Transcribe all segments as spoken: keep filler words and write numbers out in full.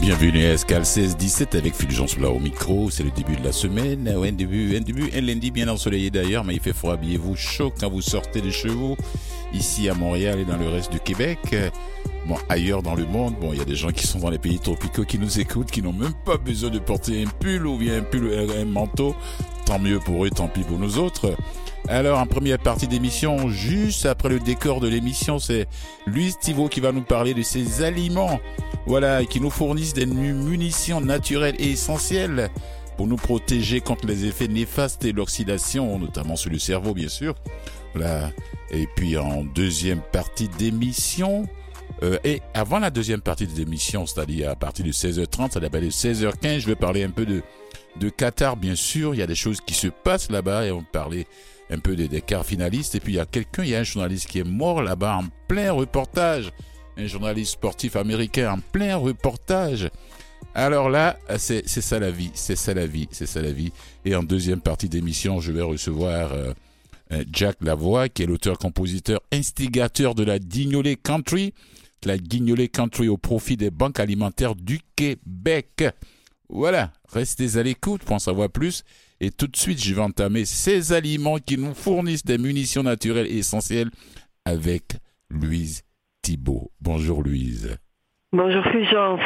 Bienvenue à Escale seize dix-sept avec Fulgence là au micro. C'est le début de la semaine. Ouais, un début, un début, un lundi bien ensoleillé d'ailleurs, mais il fait froid. Habillez-vous chaud quand vous sortez de chez vous. Ici à Montréal et dans le reste du Québec. Bon, ailleurs dans le monde, bon, il y a des gens qui sont dans les pays tropicaux qui nous écoutent, qui n'ont même pas besoin de porter un pull ou bien un pull, un manteau. Tant mieux pour eux, tant pis pour nous autres. Alors, en première partie d'émission, juste après le décor de l'émission, c'est Louise Thibault qui va nous parler de ces aliments, voilà, qui nous fournissent des munitions naturelles et essentielles pour nous protéger contre les effets néfastes et l'oxydation, notamment sur le cerveau, bien sûr. Voilà. Et puis, en deuxième partie d'émission, euh, et avant la deuxième partie de l'émission, c'est-à-dire à partir de seize heures trente, ça va aller seize heures quinze, je vais parler un peu de, de Qatar, bien sûr. Il y a des choses qui se passent là-bas et on va parler un peu des, des quarts finalistes. Et puis il y a quelqu'un, il y a un journaliste qui est mort là-bas en plein reportage, un journaliste sportif américain en plein reportage. Alors là, c'est, c'est ça la vie, c'est ça la vie, c'est ça la vie. Et en deuxième partie d'émission, je vais recevoir euh, Jack Lavoie, qui est l'auteur-compositeur instigateur de la Guignolée Country, la Guignolée Country au profit des banques alimentaires du Québec. Voilà, restez à l'écoute pour en savoir plus. Et tout de suite, je vais entamer ces aliments qui nous fournissent des munitions naturelles et essentielles avec Louise Thibault. Bonjour Louise. Bonjour Fulgence.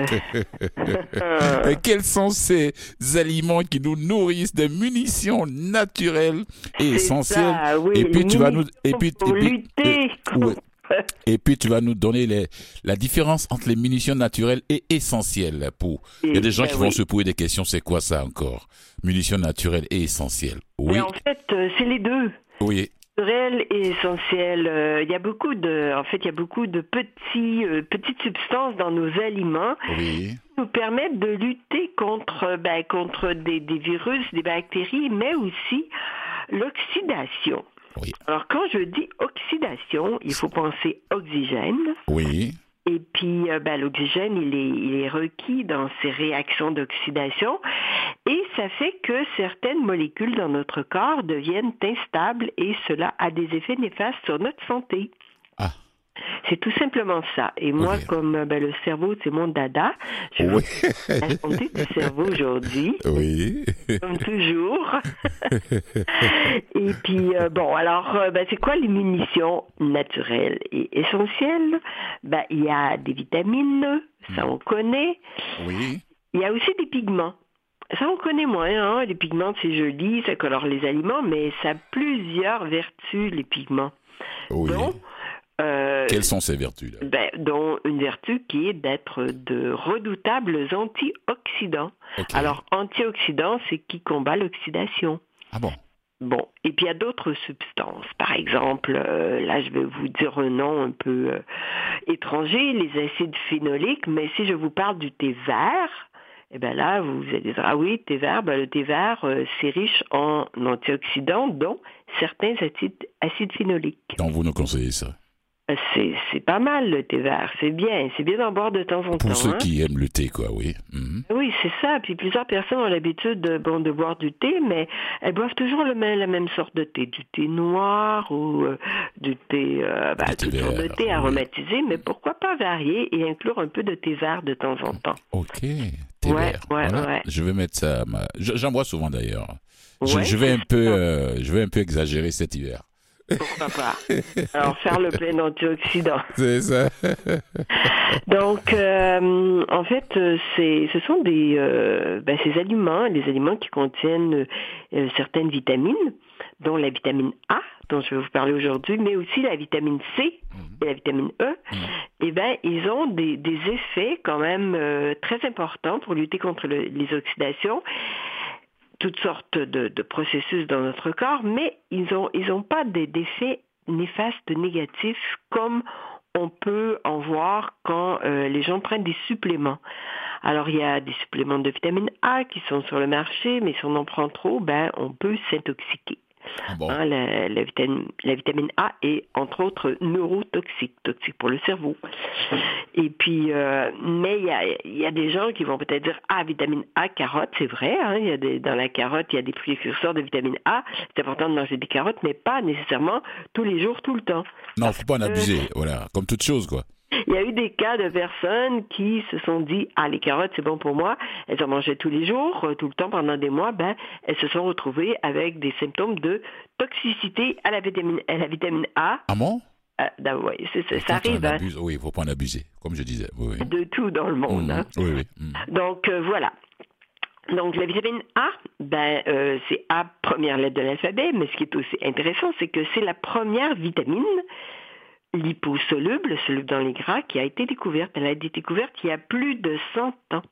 Et quels sont ces aliments qui nous nourrissent des munitions naturelles et C'est essentielles ça, oui, et puis tu vas nous et puis, pour et puis, lutter. et, ouais. Et puis tu vas nous donner les, la différence entre les munitions naturelles et essentielles. Pour il y a des gens ben qui oui. vont se poser des questions. C'est quoi ça encore? Munitions naturelles et essentielles. Oui. Mais en fait, euh, c'est les deux. Oui. Naturel et essentiel. Euh, Il y a beaucoup de, en fait, il y a beaucoup de petits, euh, petites substances dans nos aliments Oui. qui nous permettent de lutter contre, ben, contre des, des virus, des bactéries, mais aussi l'oxydation. Oui. Alors, quand je dis oxydation, il faut penser oxygène. Oui. Et puis, euh, ben, l'oxygène, il est, il est requis dans ces réactions d'oxydation. Et ça fait que certaines molécules dans notre corps deviennent instables et cela a des effets néfastes sur notre santé. Ah. C'est tout simplement ça. Et moi, Oui. comme ben, le cerveau, c'est mon dada, je vais Oui. vous la santé du cerveau aujourd'hui. Oui. Comme toujours. Et puis, euh, bon, alors, euh, ben, c'est quoi les munitions naturelles et essentielles? Ben, il y a des vitamines, ça on connaît. Oui. Il y a aussi des pigments. Ça, on connaît moins, hein. Les pigments, c'est joli, ça colore les aliments, mais ça a plusieurs vertus, les pigments. Oui. Donc, euh, Quelles sont ces vertus là? Ben, dont une vertu qui est d'être de redoutables antioxydants. Okay. Alors, antioxydants, c'est qui combat l'oxydation. Ah bon? Bon, et puis il y a d'autres substances. Par exemple, euh, là, je vais vous dire un nom un peu euh, étranger, les acides phénoliques, mais si je vous parle du thé vert, eh bien là, vous allez dire, ah oui, thé vert, ben, le thé vert, euh, c'est riche en antioxydants, dont certains acides, acides phénoliques. Donc vous nous conseillez ça? C'est, c'est pas mal le thé vert, c'est bien, c'est bien d'en boire de temps en Pour temps. Pour ceux hein? qui aiment le thé, quoi, oui. Mm-hmm. Oui, c'est ça. Puis plusieurs personnes ont l'habitude de, bon, de boire du thé, mais elles boivent toujours le même, la même sorte de thé, du thé noir ou euh, du thé, euh, bah, toutes sortes de thé aromatisés, oui. Mais pourquoi pas varier et inclure un peu de thé vert de temps en temps. Ok, thé ouais, vert. Ouais, voilà. ouais. Je vais mettre ça. Ma... J'en bois souvent d'ailleurs. Ouais, je, je vais un peu, euh, je vais un peu exagérer cet hiver. Pourquoi pas? Alors, faire le plein d'antioxydants. C'est ça. Donc, euh, en fait, c'est, ce sont des, euh, ben, ces aliments, les aliments qui contiennent euh, certaines vitamines, dont la vitamine A, dont je vais vous parler aujourd'hui, mais aussi la vitamine C et la vitamine E. Mm-hmm. Eh bien, ils ont des, des effets quand même euh, très importants pour lutter contre le, les oxydations. Toutes sortes de, de processus dans notre corps, mais ils n'ont ils ont pas des, d'effets néfastes négatifs comme on peut en voir quand euh, les gens prennent des suppléments. Alors, il y a des suppléments de vitamine A qui sont sur le marché, mais si on en prend trop, ben, on peut s'intoxiquer. Ah bon? Hein, la, la, vitamine, la vitamine A est, entre autres, neurotoxique, toxique pour le cerveau. Et puis, euh, mais il y a, y a des gens qui vont peut-être dire, ah, vitamine A, carotte, c'est vrai, hein, y a des, dans la carotte, il y a des précurseurs de vitamine A, c'est important de manger des carottes, mais pas nécessairement tous les jours, tout le temps. Non, il ne faut pas en abuser, euh, voilà, comme toute chose, quoi. Il y a eu des cas de personnes qui se sont dit « Ah, les carottes, c'est bon pour moi ». Elles en mangeaient tous les jours, tout le temps, pendant des mois. Ben, elles se sont retrouvées avec des symptômes de toxicité à la vitamine, à la vitamine A. Ah bon? Euh, ben, ouais, c'est, c'est, ça arrive. Hein. Oui, il ne faut pas en abuser, comme je disais. Oui, oui. De tout dans le monde. Mmh. Hein. Oui, oui. Mmh. Donc, euh, voilà. Donc, la vitamine A, ben, euh, c'est A, première lettre de l'alphabet, mais ce qui est aussi intéressant, c'est que c'est la première vitamine liposoluble, soluble dans les gras, qui a été découverte. Elle a été découverte il y a plus de cent ans.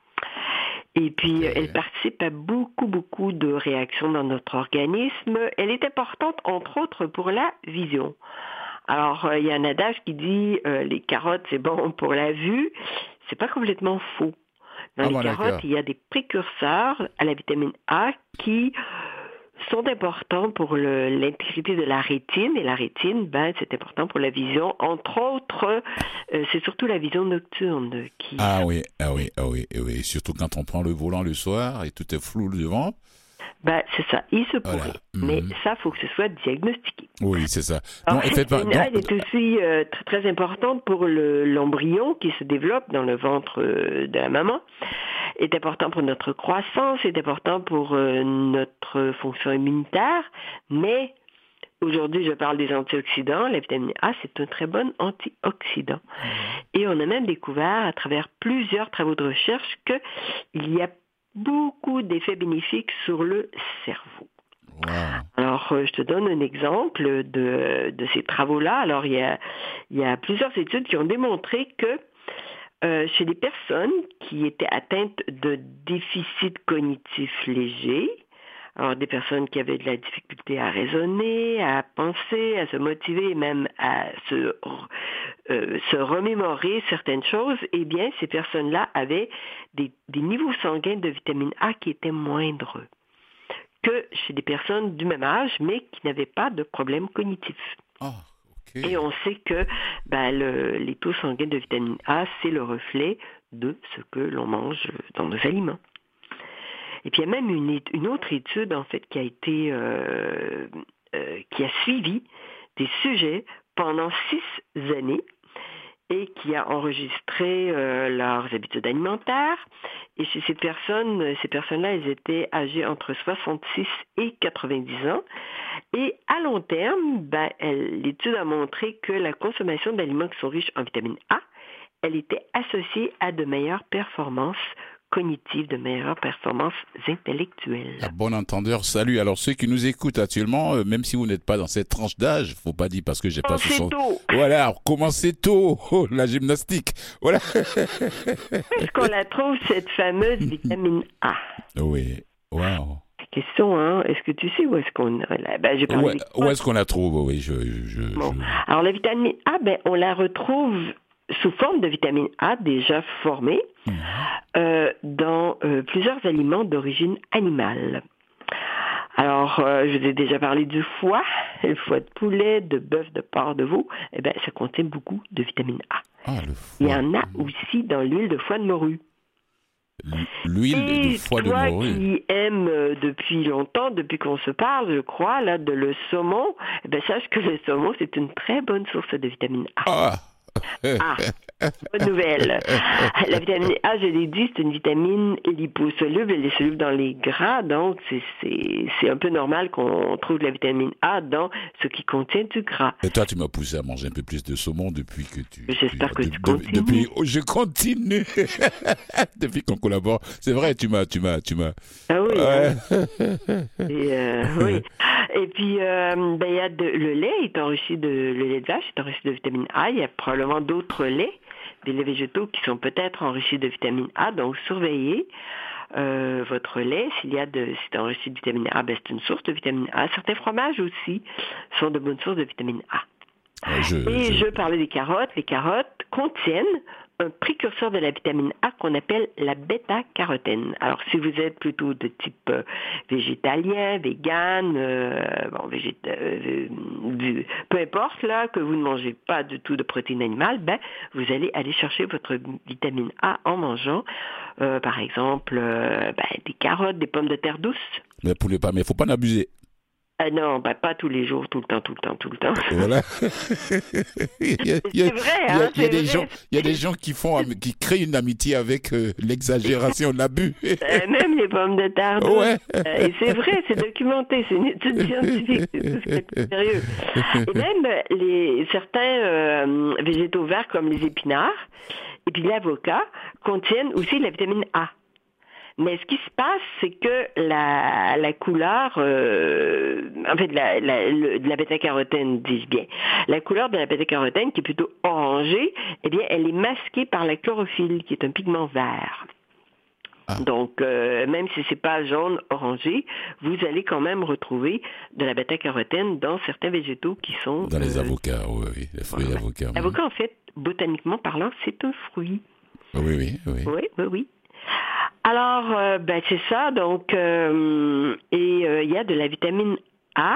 Et puis, okay. Elle participe à beaucoup, beaucoup de réactions dans notre organisme. Elle est importante, entre autres, pour la vision. Alors, euh, il y a un adage qui dit euh, les carottes, c'est bon pour la vue. C'est pas complètement faux. Dans ah, les bon, carottes, d'accord. Il y a des précurseurs à la vitamine A qui sont importants pour le, l'intégrité de la rétine. Et la rétine, ben, c'est important pour la vision. Entre autres, euh, c'est surtout la vision nocturne qui... Ah oui, ah oui, ah oui, ah oui. Surtout quand on prend le volant le soir et tout est flou devant. Ben, c'est ça, il se pourrait. Voilà. Mais mmh. ça, il faut que ce soit diagnostiqué. Oui, c'est ça. Alors, cette vitamine A est aussi euh, très, très importante pour le, l'embryon qui se développe dans le ventre euh, de la maman. Est important pour notre croissance, est important pour euh, notre fonction immunitaire. Mais aujourd'hui, je parle des antioxydants. La vitamine A, c'est un très bon antioxydant. Mmh. Et on a même découvert, à travers plusieurs travaux de recherche, qu'il y a beaucoup d'effets bénéfiques sur le cerveau. Wow. Alors, euh, je te donne un exemple de, de ces travaux-là. Alors, il y a, il y a plusieurs études qui ont démontré que euh, chez les personnes qui étaient atteintes de déficit cognitif léger, alors des personnes qui avaient de la difficulté à raisonner, à penser, à se motiver et même à se, euh, se remémorer certaines choses, eh bien, ces personnes-là avaient des, des niveaux sanguins de vitamine A qui étaient moindres que chez des personnes du même âge, mais qui n'avaient pas de problème cognitif. Oh, okay. Et on sait que ben, le, les taux sanguins de vitamine A, c'est le reflet de ce que l'on mange dans nos aliments. Et puis il y a même une, une autre étude en fait qui a été euh, euh, qui a suivi des sujets pendant six années et qui a enregistré euh, leurs habitudes alimentaires. Et chez ces personnes, ces personnes-là, elles étaient âgées entre soixante-six et quatre-vingt-dix ans. Et à long terme, ben, elle, l'étude a montré que la consommation d'aliments qui sont riches en vitamine A, elle était associée à de meilleures performances cognitives, de meilleures performances intellectuelles. À bon entendeur, salut. Alors ceux qui nous écoutent actuellement, euh, même si vous n'êtes pas dans cette tranche d'âge, faut pas dire parce que j'ai pas soixante... tôt. Voilà, commencez tôt, oh, la gymnastique. Voilà. Est-ce qu'on la trouve cette fameuse vitamine A? Oui. Wow. Question, hein? Est-ce que tu sais où est-ce qu'on la... ben, j'ai où, où est-ce qu'on la trouve? Oui, je. je, bon. je... Alors la vitamine A, ben on la retrouve sous forme de vitamine A déjà formée mmh. euh, dans euh, plusieurs aliments d'origine animale. Alors, euh, je vous ai déjà parlé du foie, le foie de poulet, de bœuf, de porc, de veau. Eh bien, ça contient beaucoup de vitamine A. Ah, le foie. Il y en a aussi dans l'huile de foie de morue. L'huile de foie de morue. Et toi qui aimes euh, depuis longtemps, depuis qu'on se parle, je crois, là, de le saumon, eh bien, sache que le saumon, c'est une très bonne source de vitamine A. Ah! Ah, bonne nouvelle. La vitamine A, je l'ai dit, c'est une vitamine liposoluble, elle est soluble dans les gras, donc c'est, c'est, c'est un peu normal qu'on trouve de la vitamine A dans ce qui contient du gras. Et toi, tu m'as poussé à manger un peu plus de saumon depuis que tu... J'espère tu, que de, tu continues. Depuis, oh, je continue. Depuis qu'on collabore. C'est vrai, tu m'as... Tu m'as, tu m'as... Ah oui. Ouais. Hein. Et euh, oui. Et puis, euh, ben, il y a de, le lait est enrichi de... Le lait de vache est enrichi de vitamine A. Il y a probablement d'autres laits, des laits végétaux qui sont peut-être enrichis de vitamine A. Donc, surveillez euh, votre lait. S'il y a de, si c'est enrichi de vitamine A, ben, c'est une source de vitamine A. Certains fromages aussi sont de bonnes sources de vitamine A. Je, Et je... je parlais des carottes. Les carottes contiennent un précurseur de la vitamine A qu'on appelle la bêta-carotène. Alors, si vous êtes plutôt de type euh, végétalien, vegan, euh, bon, végéta- euh, du, peu importe, là, que vous ne mangez pas du tout de protéines animales, ben, vous allez aller chercher votre vitamine A en mangeant, euh, par exemple, euh, ben, des carottes, des pommes de terre douces. Mais pour les pas, mais faut pas en abuser. Ah non, bah, pas tous les jours, tout le temps, tout le temps, tout le temps. Voilà. il y a, il y a, c'est vrai, il y a, hein, il y a c'est des vrai. gens, il y a des gens qui font, am- qui créent une amitié avec euh, l'exagération, l'abus. Euh, même les pommes de terre douces. Ouais. Euh, et c'est vrai, c'est documenté, c'est une étude scientifique, c'est tout ce qui est sérieux. Et même euh, les, certains euh, végétaux verts comme les épinards et puis l'avocat contiennent aussi de la vitamine A. Mais ce qui se passe, c'est que la, la couleur, euh, en fait, la, la, le, de la bêta-carotène, dis-je bien, la couleur de la bêta-carotène, qui est plutôt orangée, eh bien, elle est masquée par la chlorophylle, qui est un pigment vert. Ah. Donc, euh, même si c'est pas jaune, orangé, vous allez quand même retrouver de la bêta-carotène dans certains végétaux qui sont... Dans les euh, avocats, oui, oui, les fruits voilà. d'avocat. L'avocat, en fait, botaniquement parlant, c'est un fruit. Oui, oui, oui. Oui, oui, oui. Alors, euh, ben, c'est ça, donc, euh, et il euh, y a de la vitamine A,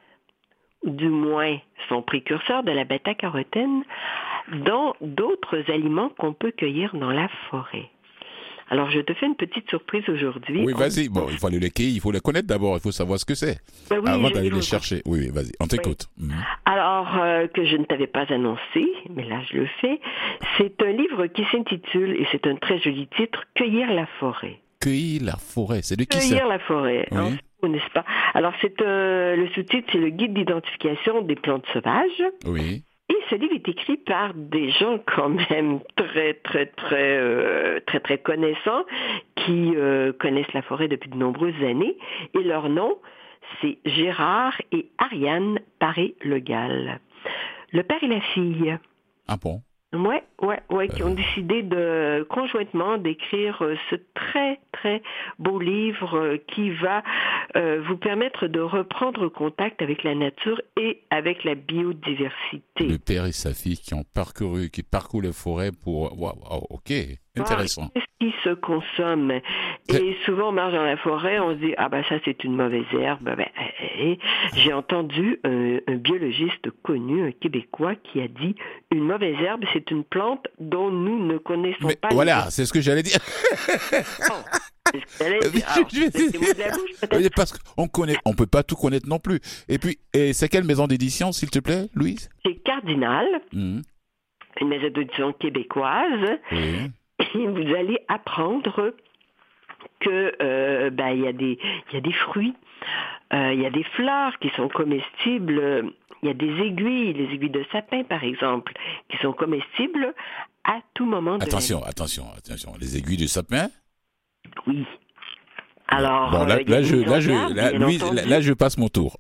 du moins son précurseur de la bêta-carotène, dans d'autres aliments qu'on peut cueillir dans la forêt. Alors, je te fais une petite surprise aujourd'hui. Oui, vas-y. Bon, il faut aller les cueillir, il faut les connaître d'abord, il faut savoir ce que c'est. Ben oui, avant je d'aller vais les vous chercher. Oui, oui, vas-y, on t'écoute. Oui. Mmh. Alors, euh, que je ne t'avais pas annoncé, mais là je le fais, c'est un livre qui s'intitule, et c'est un très joli titre, « Cueillir la forêt ». Cueillir la forêt, c'est de qui ça? Cueillir la forêt, oui. hein, n'est-ce pas? Alors, c'est euh, le sous-titre, c'est le guide d'identification des plantes sauvages. Oui. Et ce livre est écrit par des gens quand même très, très, très, euh, très, très connaissants, qui euh, connaissent la forêt depuis de nombreuses années. Et leur nom, c'est Gérard et Ariane Paré-Le Gall. Le père et la fille. Ah bon? Ouais, ouais, ouais, qui Euh... ont décidé de conjointement d'écrire euh, ce très très beau livre euh, qui va euh, vous permettre de reprendre contact avec la nature et avec la biodiversité. Le père et sa fille qui ont parcouru, qui parcourent les forêts pour. Waouh, wow, ok, intéressant. Ah, qu'est-ce qui se consomme? Et souvent on marche dans la forêt, on se dit ah ben ça c'est une mauvaise herbe. Ben, eh, eh. J'ai entendu un, un biologiste connu, un Québécois, qui a dit une mauvaise herbe c'est une plante dont nous ne connaissons Mais pas. voilà, les... c'est ce que j'allais dire. Oh, c'est ce que j'allais dire. Alors, je, je, c'est de la bouche, peut-être. Parce qu'on connaît, on peut pas tout connaître non plus. Et puis, et c'est quelle maison d'édition, s'il te plaît, Louise? C'est Cardinal, mmh. une maison d'édition québécoise. Oui. Et vous allez apprendre que euh, ben, il y a des il y a des fruits, euh, il y a des fleurs qui sont comestibles, il y a des aiguilles, les aiguilles de sapin par exemple, qui sont comestibles à tout moment de Attention, l'année. attention, attention, les aiguilles de sapin. Oui. Alors, bon, là, euh, là, je, là, je, garde, là, Louise, là, là, je passe mon tour.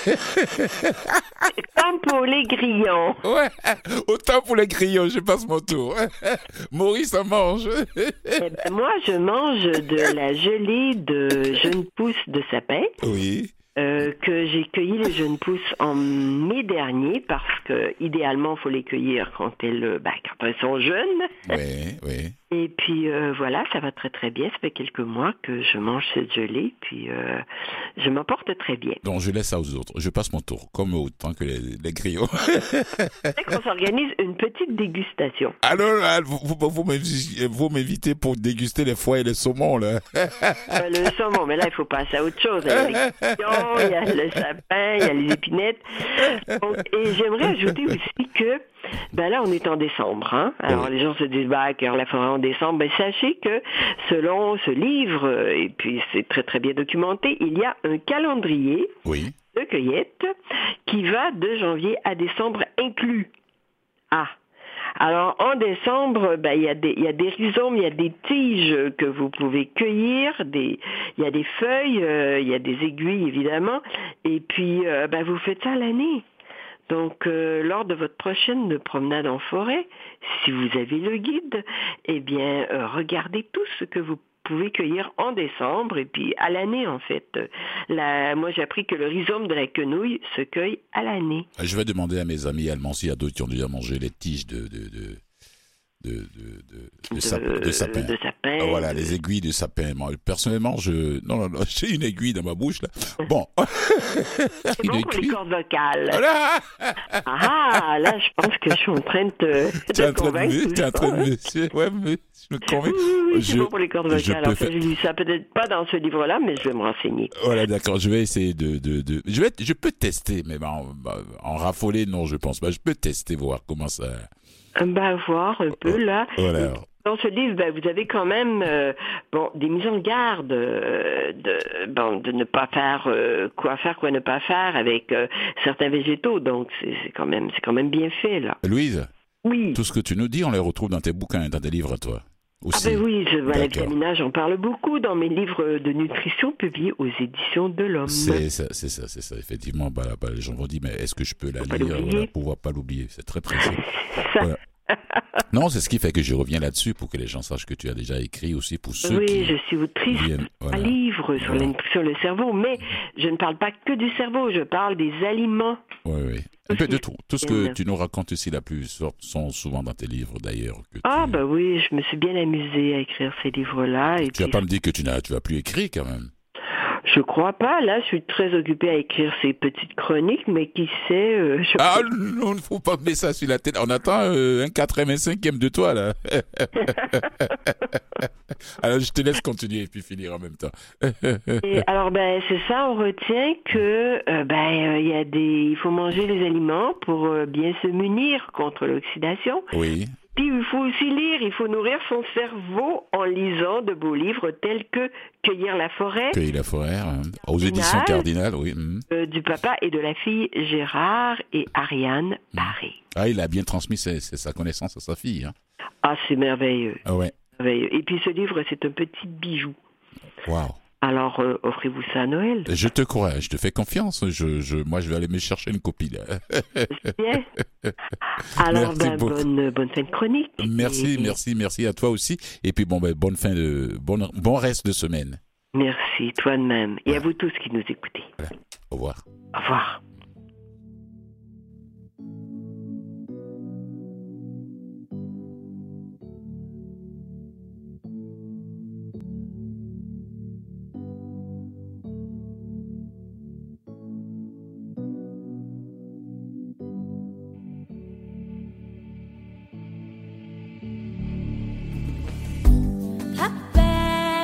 Comme pour les grillons. Ouais, autant pour les grillons, je passe mon tour. Maurice en mange. Eh ben, moi, je mange de la gelée de jeunes pousses de sapin. Oui. Euh, que j'ai cueilli les jeunes pousses en mai dernier parce que idéalement il faut les cueillir quand elles, ben, quand elles sont jeunes. Oui, oui. Et puis euh, voilà, ça va très très bien. Ça fait quelques mois que je mange cette gelée, puis euh, je m'en porte très bien. Donc je laisse ça aux autres. Je passe mon tour, comme autant que les, les griots. C'est qu'on s'organise une petite dégustation. Alors là, vous, vous, vous, m'invitez, vous m'invitez pour déguster les foies et les saumons là. Euh, le saumon, mais là il faut passer à autre chose. Il y a les grillons, il y a le sapin, il y a les épinettes. Donc, et j'aimerais ajouter aussi que ben là, on est en décembre. Hein? Alors, oui. Les gens se disent, bah, cueillir la forêt en décembre. Ben, sachez que, selon ce livre, et puis c'est très, très bien documenté, il y a un calendrier oui. de cueillette qui va de janvier à décembre inclus. Ah! Alors, en décembre, ben, il y a des, il y a des rhizomes, il y a des tiges que vous pouvez cueillir, des, il y a des feuilles, euh, il y a des aiguilles, évidemment. Et puis, euh, ben, vous faites ça l'année. Donc, euh, lors de votre prochaine promenade en forêt, si vous avez le guide, eh bien, euh, regardez tout ce que vous pouvez cueillir en décembre et puis à l'année, en fait. La, moi, j'ai appris que le rhizome de la quenouille se cueille à l'année. Je vais demander à mes amis allemands s'il y a d'autres qui ont déjà mangé les tiges de, de, de, de, de, de, de, sap, de, de sapin. De sapin. Ah, voilà, de... les aiguilles de sapin. Moi, personnellement, je, non, non, non, j'ai une aiguille dans ma bouche là. Bon. C'est bon pour les cordes vocales. Voilà. Ah, là, je pense que je suis en train de te, Tu es en te convaincre. Me, tu es en train de me, ouais, mais je me convainc. Oui, oui, oui, c'est je, bon pour les cordes vocales. Alors, faire... je lis ça peut-être pas dans ce livre-là, mais je vais me renseigner. Voilà, d'accord. Je vais essayer de, de, de... Je vais, je peux tester, mais en, en raffoler, non, je pense pas. Je peux tester, voir comment ça. Ben, voir un peu là. Voilà. Dans ce livre, ben, vous avez quand même euh, bon, des mises en garde euh, de, bon, de ne pas faire euh, quoi faire, quoi ne pas faire avec euh, certains végétaux. Donc, c'est, c'est, quand même, c'est quand même bien fait, là. Louise? Oui. Tout ce que tu nous dis, on les retrouve dans tes bouquins, dans tes livres à toi. Aussi. Ah ben oui, je, ben, la vitamine, j'en parle beaucoup dans mes livres de nutrition publiés aux éditions de l'Homme. C'est ça, c'est ça, c'est ça. Effectivement, bah, bah, les gens vont dire, mais est-ce que je peux la lire voilà, pour pouvoir pas l'oublier? C'est très précis. Voilà. Non, c'est ce qui fait que je reviens là-dessus pour que les gens sachent que tu as déjà écrit aussi pour ceux oui, qui... Oui, je suis autrice viennent, voilà. un livre sur, voilà. sur le cerveau, mais je ne parle pas que du cerveau, je parle des aliments. Oui, oui. Un peu de tout. Tout ce que tu nous racontes ici, la plus sont souvent dans tes livres d'ailleurs. Que ah, tu... ben oui, je me suis bien amusée à écrire ces livres-là. Et tu vas puis... pas me dire que tu n'as tu as plus écrit quand même. Je crois pas. Là, je suis très occupée à écrire ces petites chroniques, mais qui sait... Euh, je ah, peux... non, il ne faut pas mettre ça sur la tête. On attend euh, un quatrième et un cinquième de toi, là. Alors, je te laisse continuer et puis finir en même temps. et alors, ben, c'est ça. On retient que euh, ben, il y a des... il faut manger les aliments pour euh, bien se munir contre l'oxydation. Oui. Puis il faut aussi lire, il faut nourrir son cerveau en lisant de beaux livres tels que Cueillir la forêt. Cueillir la forêt, hein. Aux éditions Cardinal, oui. Mmh. Euh, du papa et de la fille Gérard et Ariane Paré. Ah, il a bien transmis ses, ses, sa connaissance à sa fille. Hein. Ah, c'est merveilleux. Ah ouais. merveilleux. Et puis ce livre, c'est un petit bijou. Waouh. Alors, euh, offrez-vous ça à Noël. Je te crois, je te fais confiance. Je, je, moi, je vais aller me chercher une copie. Là. Bien. Alors, ben, bonne, bonne fin de chronique. Merci, et... merci, merci à toi aussi. Et puis, bon, ben, bonne fin de, bon, bon reste de semaine. Merci, toi de même. Et voilà. à vous tous qui nous écoutez. Voilà. Au revoir. Au revoir.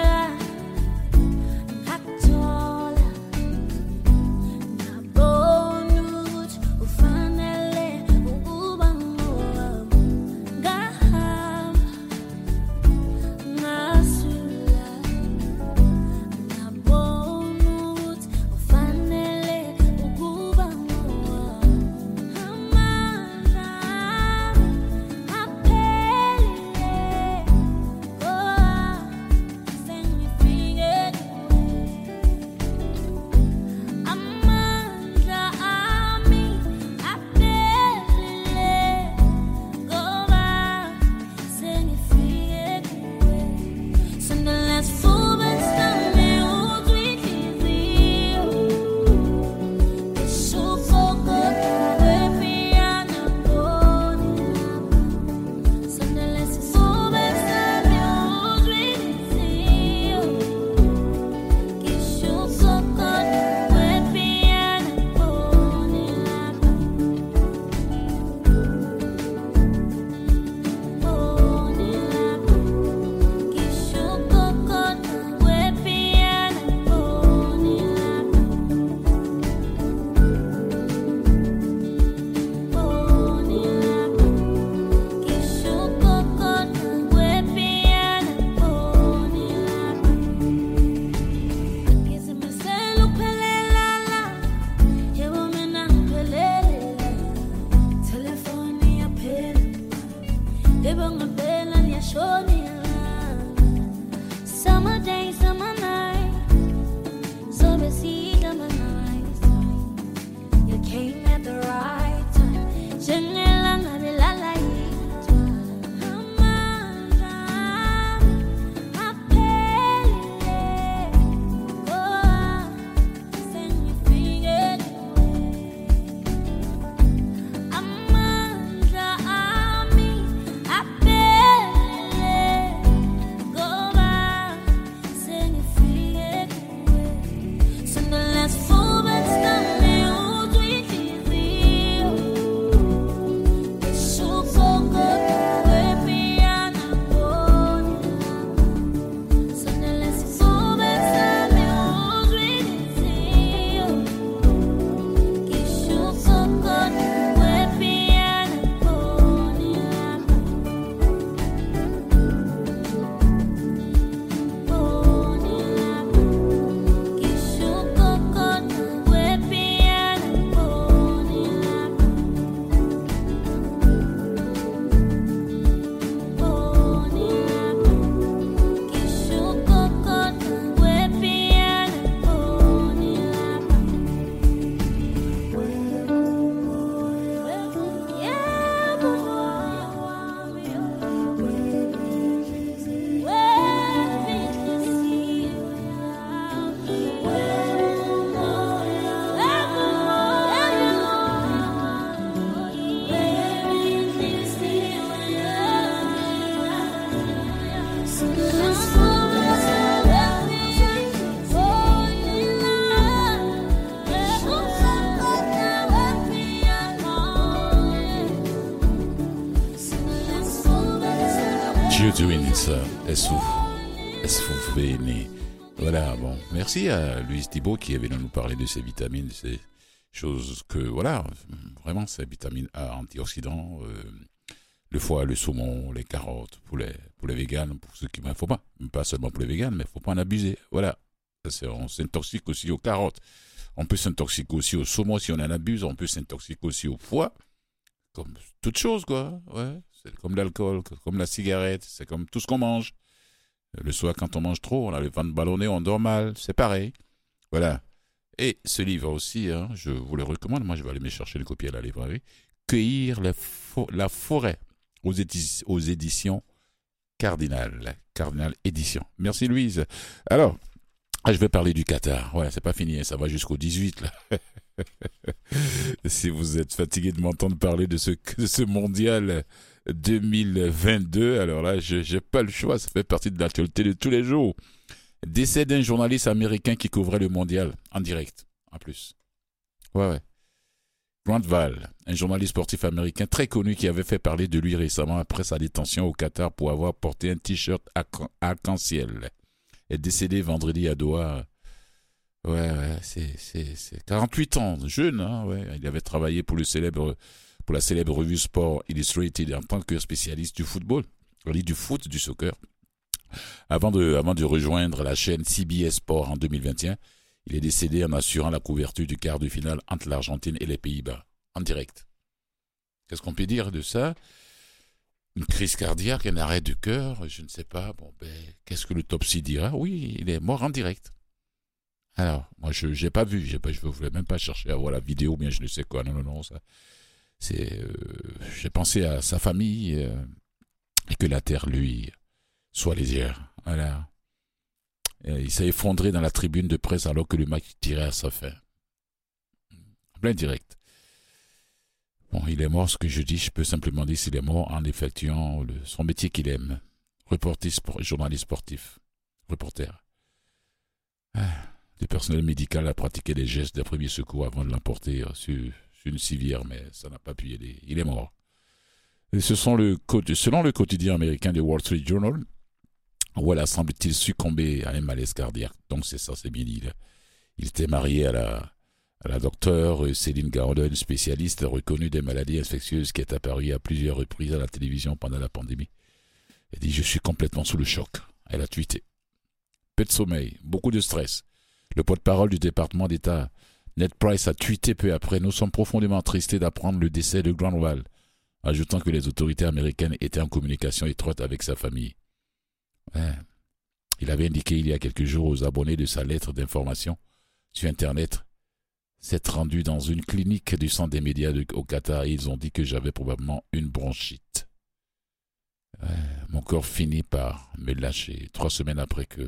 Oh Twins, S V N. Voilà, bon, merci à Louise Thibault qui est venu nous parler de ces vitamines, ces choses que, voilà, vraiment, ces vitamines A, antioxydants, euh, le foie, le saumon, les carottes, pour les, pour les véganes, pour ceux qui, il ne faut pas, pas seulement pour les véganes, mais il ne faut pas en abuser, voilà. C'est, on s'intoxique aussi aux carottes, on peut s'intoxiquer aussi au saumon si on en abuse, on peut s'intoxiquer aussi au foie, comme toute chose, quoi, ouais. C'est comme l'alcool, comme la cigarette, c'est comme tout ce qu'on mange. Le soir, quand on mange trop, on a le ventre ballonné, on dort mal, c'est pareil. Voilà. Et ce livre aussi, hein, je vous le recommande, moi je vais aller me chercher le copier à la librairie. Cueillir la, fo- la forêt aux, édi- aux éditions Cardinal. Cardinal Édition. Merci Louise. Alors, ah, je vais parler du Qatar. Voilà, c'est pas fini, ça va jusqu'au dix-huit là. Si vous êtes fatigué de m'entendre parler de ce, de ce mondial deux mille vingt-deux, alors là, je n'ai pas le choix, ça fait partie de l'actualité de tous les jours. Décès d'un journaliste américain qui couvrait le mondial, en direct, en plus. Ouais, ouais. Grant Val, un journaliste sportif américain très connu qui avait fait parler de lui récemment après sa détention au Qatar pour avoir porté un t-shirt arc-en-ciel, est décédé vendredi à Doha. Ouais, ouais, c'est, c'est, c'est quarante-huit ans, jeune, hein, ouais. Il avait travaillé pour le célèbre, pour la célèbre revue Sport Illustrated en tant que spécialiste du football, du foot, du soccer. Avant de, avant de rejoindre la chaîne C B S Sport en deux mille vingt et un, il est décédé en assurant la couverture du quart de finale entre l'Argentine et les Pays-Bas, en direct. Qu'est-ce qu'on peut dire de ça? Une crise cardiaque, un arrêt du cœur, je ne sais pas. Bon, ben, qu'est-ce que l'autopsie dira? Oui, il est mort en direct. Alors, moi, je n'ai pas vu, j'ai pas, je ne voulais même pas chercher à voir la vidéo, bien je ne sais quoi, non, non, non, ça, c'est, euh, j'ai pensé à sa famille, euh, et que la terre, lui, soit légère, voilà. Et il s'est effondré dans la tribune de presse alors que le match tirait à sa fin. En plein direct. Bon, il est mort, ce que je dis, je peux simplement dire s'il est mort en effectuant le, son métier qu'il aime, reporter, sport, journaliste sportif, reporter. Ah. Le personnel médical a pratiqué des gestes de premiers secours avant de l'emporter sur, sur une civière, mais ça n'a pas pu y aller. Il est mort. Et ce sont le, selon le quotidien américain The Wall Street Journal, voilà, semble-t-il succomber à un malaise cardiaque. Donc c'est ça, c'est bien dit. Là. Il était marié à la, à la docteure Céline Gordon, spécialiste reconnue des maladies infectieuses qui est apparue à plusieurs reprises à la télévision pendant la pandémie. Elle dit « Je suis complètement sous le choc ». Elle a tweeté. Peu de sommeil, beaucoup de stress. Le porte-parole du département d'État, Ned Price, a tweeté peu après « Nous sommes profondément attristés d'apprendre le décès de Grant Val », ajoutant que les autorités américaines étaient en communication étroite avec sa famille. Ouais. Il avait indiqué il y a quelques jours aux abonnés de sa lettre d'information sur Internet s'être rendu dans une clinique du centre des médias de, au Qatar et ils ont dit que j'avais probablement une bronchite. Ouais. Mon corps finit par me lâcher trois semaines après que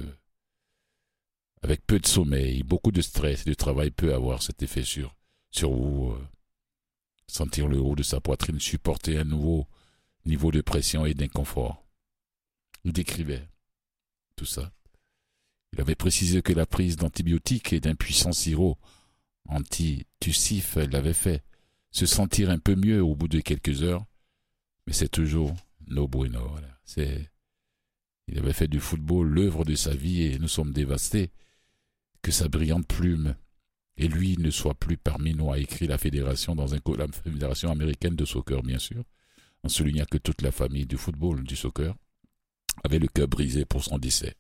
avec peu de sommeil, beaucoup de stress et de travail peut avoir cet effet sur, sur vous. Euh, sentir le haut de sa poitrine supporter un nouveau niveau de pression et d'inconfort. Il décrivait tout ça. Il avait précisé que la prise d'antibiotiques et d'un puissant sirop anti-tussif l'avait fait se sentir un peu mieux au bout de quelques heures, mais c'est toujours no bueno. Voilà. C'est... Il avait fait du football l'œuvre de sa vie et nous sommes dévastés que sa brillante plume et lui ne soit plus parmi nous, a écrit la fédération dans un la fédération américaine de soccer, bien sûr, en soulignant que toute la famille du football, du soccer, avait le cœur brisé pour son décès.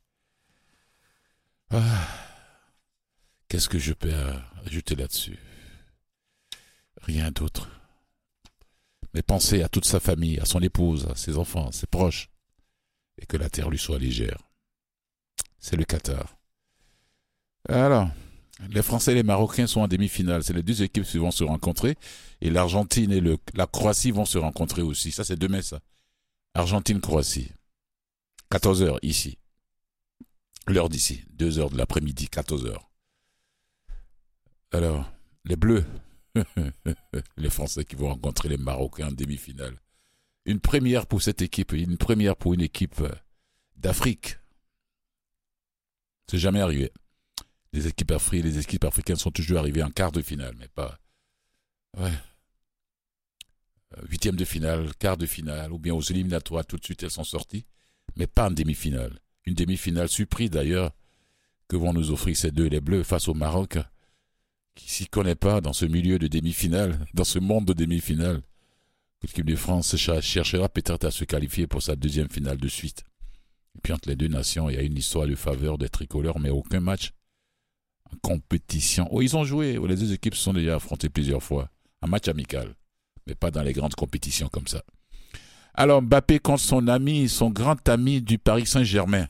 Ah, qu'est-ce que je peux ajouter là-dessus? Rien d'autre. Mais pensez à toute sa famille, à son épouse, à ses enfants, à ses proches, et que la terre lui soit légère. C'est le Qatar. Alors, les Français et les Marocains sont en demi-finale. C'est les deux équipes qui vont se rencontrer. Et l'Argentine et le, la Croatie vont se rencontrer aussi. Ça, c'est demain, ça. Argentine-Croatie. quatorze heures, ici. L'heure d'ici. deux heures de l'après-midi, quatorze heures. Alors, les Bleus. Les Français qui vont rencontrer les Marocains en demi-finale. Une première pour cette équipe. Une première pour une équipe d'Afrique. C'est jamais arrivé. Les équipes, Afri- les équipes africaines sont toujours arrivées en quart de finale, mais pas... Ouais. Huitième de finale, quart de finale, ou bien aux éliminatoires, tout de suite elles sont sorties. mais pas en demi-finale. Une demi-finale surprise d'ailleurs que vont nous offrir ces deux, les Bleus, face au Maroc, qui s'y connaît pas dans ce milieu de demi-finale, dans ce monde de demi-finale. L'équipe de France cherchera peut-être à se qualifier pour sa deuxième finale de suite. Et puis entre les deux nations, il y a une histoire de faveur des tricolores, mais aucun match en compétition. Oh, ils ont joué, les deux équipes se sont déjà affrontées plusieurs fois, un match amical, mais pas dans les grandes compétitions comme ça. Alors Mbappé contre son ami, son grand ami du Paris Saint-Germain.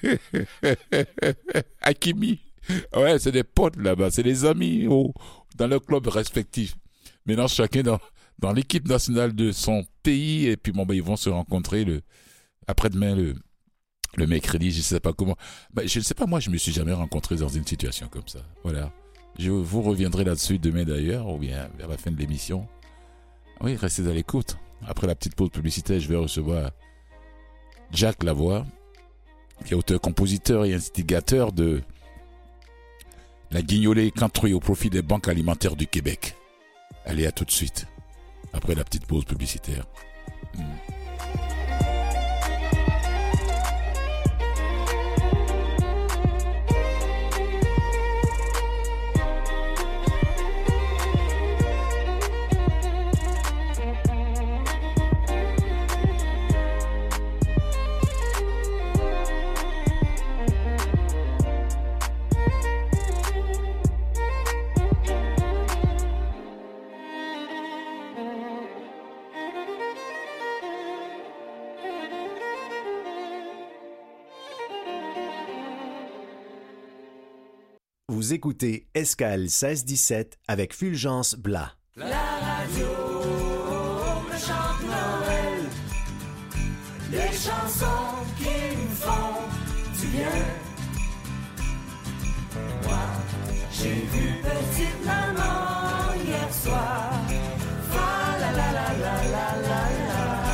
Hakimi. Ouais, c'est des potes là-bas, c'est des amis oh, dans leurs clubs respectifs. Maintenant, chacun dans, dans l'équipe nationale de son pays, et puis bon, ben, ils vont se rencontrer le, après-demain, le, le mercredi, je ne sais pas comment. Ben, je ne sais pas, moi, je ne me suis jamais rencontré dans une situation comme ça. Voilà. Je vous reviendrai là-dessus demain d'ailleurs, ou bien vers la fin de l'émission. Oui, restez à l'écoute. Après la petite pause publicitaire, je vais recevoir Jack Lavoie, qui est auteur, compositeur et instigateur de La Guignolée Country au profit des banques alimentaires du Québec. Allez, à tout de suite, après la petite pause publicitaire. Hmm. Vous écoutez Escale seize dix-sept avec Fulgence Blas. La radio me chante Noël, des chansons qui me font du bien. Moi, j'ai vu petite maman hier soir. Fa la la la la la la la.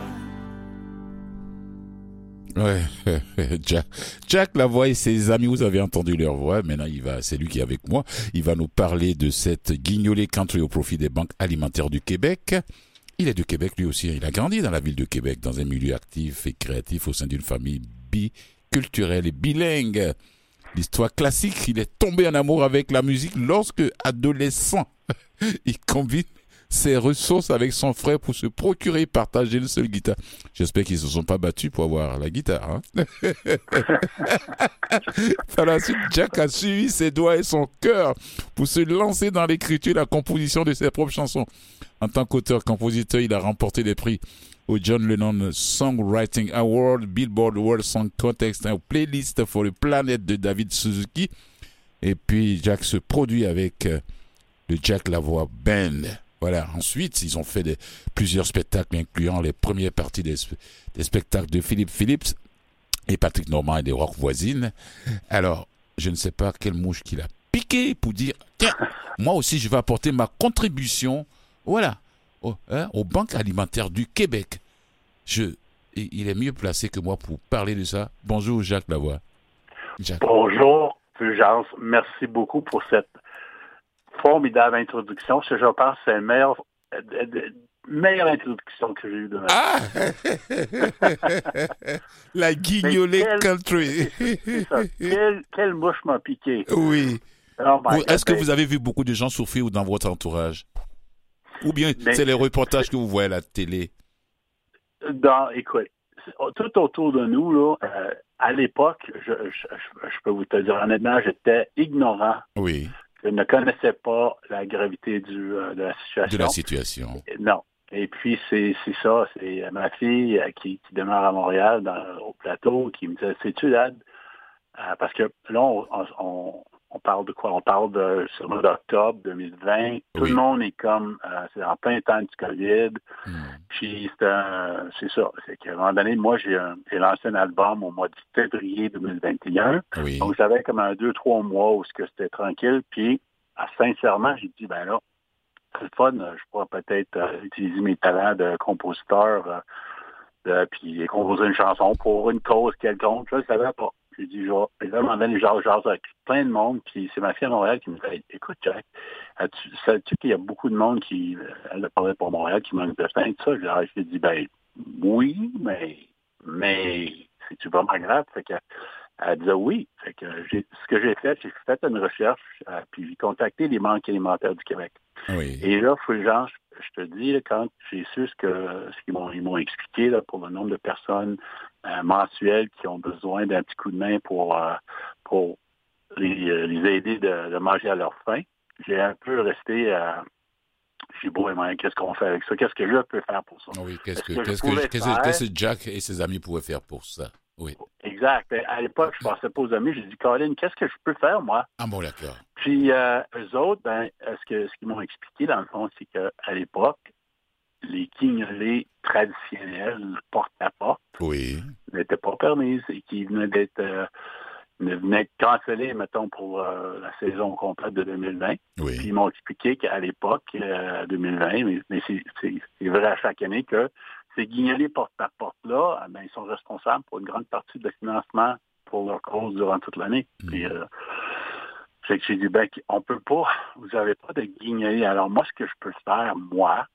Ouais, Jack, Jack Lavoie et ses amis, vous avez entendu leur voix. Maintenant, il va, c'est lui qui est avec moi. Il va nous parler de cette guignolée country au profit des banques alimentaires du Québec. Il est de Québec lui aussi. Il a grandi dans la ville de Québec, dans un milieu actif et créatif au sein d'une famille biculturelle et bilingue. L'histoire classique, il est tombé en amour avec la musique lorsque, adolescent, il combine ses ressources avec son frère pour se procurer et partager une seule guitare. J'espère qu'ils ne se sont pas battus pour avoir la guitare. Hein? Par la suite, Jack a suivi ses doigts et son cœur pour se lancer dans l'écriture et la composition de ses propres chansons. En tant qu'auteur-compositeur, il a remporté des prix au John Lennon Songwriting Award, Billboard World Song Contest, un playlist for the Planet de David Suzuki. Et puis, Jack se produit avec euh, le Jack Lavoie Band. Voilà. Ensuite, ils ont fait des, plusieurs spectacles, incluant les premières parties des, des spectacles de Philippe Phillips et Patrick Normand et des Rock Voisines. Alors, je ne sais pas quelle mouche qu'il a piqué pour dire, tiens, moi aussi, je vais apporter ma contribution, voilà, au, hein, aux banques alimentaires du Québec. Je, il est mieux placé que moi pour parler de ça. Bonjour, Jacques Lavoie. Jacques. Bonjour, Fulgence. Merci beaucoup pour cette formidable introduction. Ce que je pense, c'est la meilleure, meilleure introduction que j'ai eue de ma vie. Ah! La guignolée quel, country. C'est, c'est ça. Quelle, quelle mouche m'a piqué. Oui. Oh my Est-ce God, que vous avez vu beaucoup de gens souffrir dans votre entourage? Ou bien mais, c'est les reportages que vous voyez à la télé? Dans, écoute, tout autour de nous, là, euh, à l'époque, je, je, je peux vous te dire honnêtement, j'étais ignorant. Oui. Je ne connaissais pas la gravité du, euh, de la situation. De la situation. Non. Et puis, c'est, c'est ça. C'est ma fille euh, qui, qui demeure à Montréal, dans, au plateau, qui me disait, sais-tu, Dad? Euh, parce que là, on, on, on parle de quoi? On parle de sur le mois d'octobre deux mille vingt. Tout oui. le monde est comme, euh, c'est en plein temps du COVID. Mm. Puis, c'est, euh, c'est ça. C'est qu'à un moment donné, moi, j'ai, un, j'ai lancé un album au mois de février deux mille vingt et un. Oui. Donc, j'avais comme un deux, trois mois où c'était tranquille. Puis, ah, sincèrement, j'ai dit, ben là, c'est le fun. Je pourrais peut-être euh, utiliser mes talents de compositeur euh, de, puis composer une chanson pour une cause quelconque. Je ne le savais pas. J'ai dit, genre, et là, à un moment donné, genre, genre, avec plein de monde, puis c'est ma fille à Montréal qui me dit, écoute, Jack, tu sais qu'il y a beaucoup de monde qui, elle a parlé pour Montréal, qui manque de pain, tout ça. Je lui ai dit, ben, oui, mais, mais, c'est-tu vraiment grave? Fait que, elle disait oui. Fait que j'ai, ce que j'ai fait, j'ai fait une recherche, euh, puis j'ai contacté les banques alimentaires du Québec. Oui. Et là, Fulgence, je te dis, là, quand j'ai su ce que ce qu'ils m'ont, ils m'ont expliqué là, pour le nombre de personnes euh, mensuelles qui ont besoin d'un petit coup de main pour, euh, pour les, euh, les aider de, de manger à leur faim, j'ai un peu resté à... J'ai dit, bon, mais qu'est-ce qu'on fait avec ça? Qu'est-ce que je peux faire pour ça? Oui, qu'est-ce que, que qu'est-ce je que, pouvais qu'est-ce, faire? qu'est-ce que Jack et ses amis pouvaient faire pour ça? Oui. Exact. À l'époque, je pensais pas aux amis. J'ai dit, Colin, qu'est-ce que je peux faire, moi? Ah bon, d'accord. Puis, euh, eux autres, ben, ce, que, ce qu'ils m'ont expliqué, dans le fond, c'est qu'à l'époque, les guignolées traditionnelles, porte-à-porte, Oui. n'étaient pas permises et qui venaient d'être... Euh, venaient d'être cancellées, mettons, pour euh, la saison complète de deux mille vingt. Oui. Puis ils m'ont expliqué qu'à l'époque, euh, deux mille vingt, mais, mais c'est, c'est, c'est vrai à chaque année, que ces guignolées porte-à-porte-là, ben, ils sont responsables pour une grande partie de financement pour leur cause durant toute l'année. Mm. Puis, euh, c'est que j'ai dit, ben, on peut pas, vous n'avez pas de guignolées. Alors moi, ce que je peux faire, moi,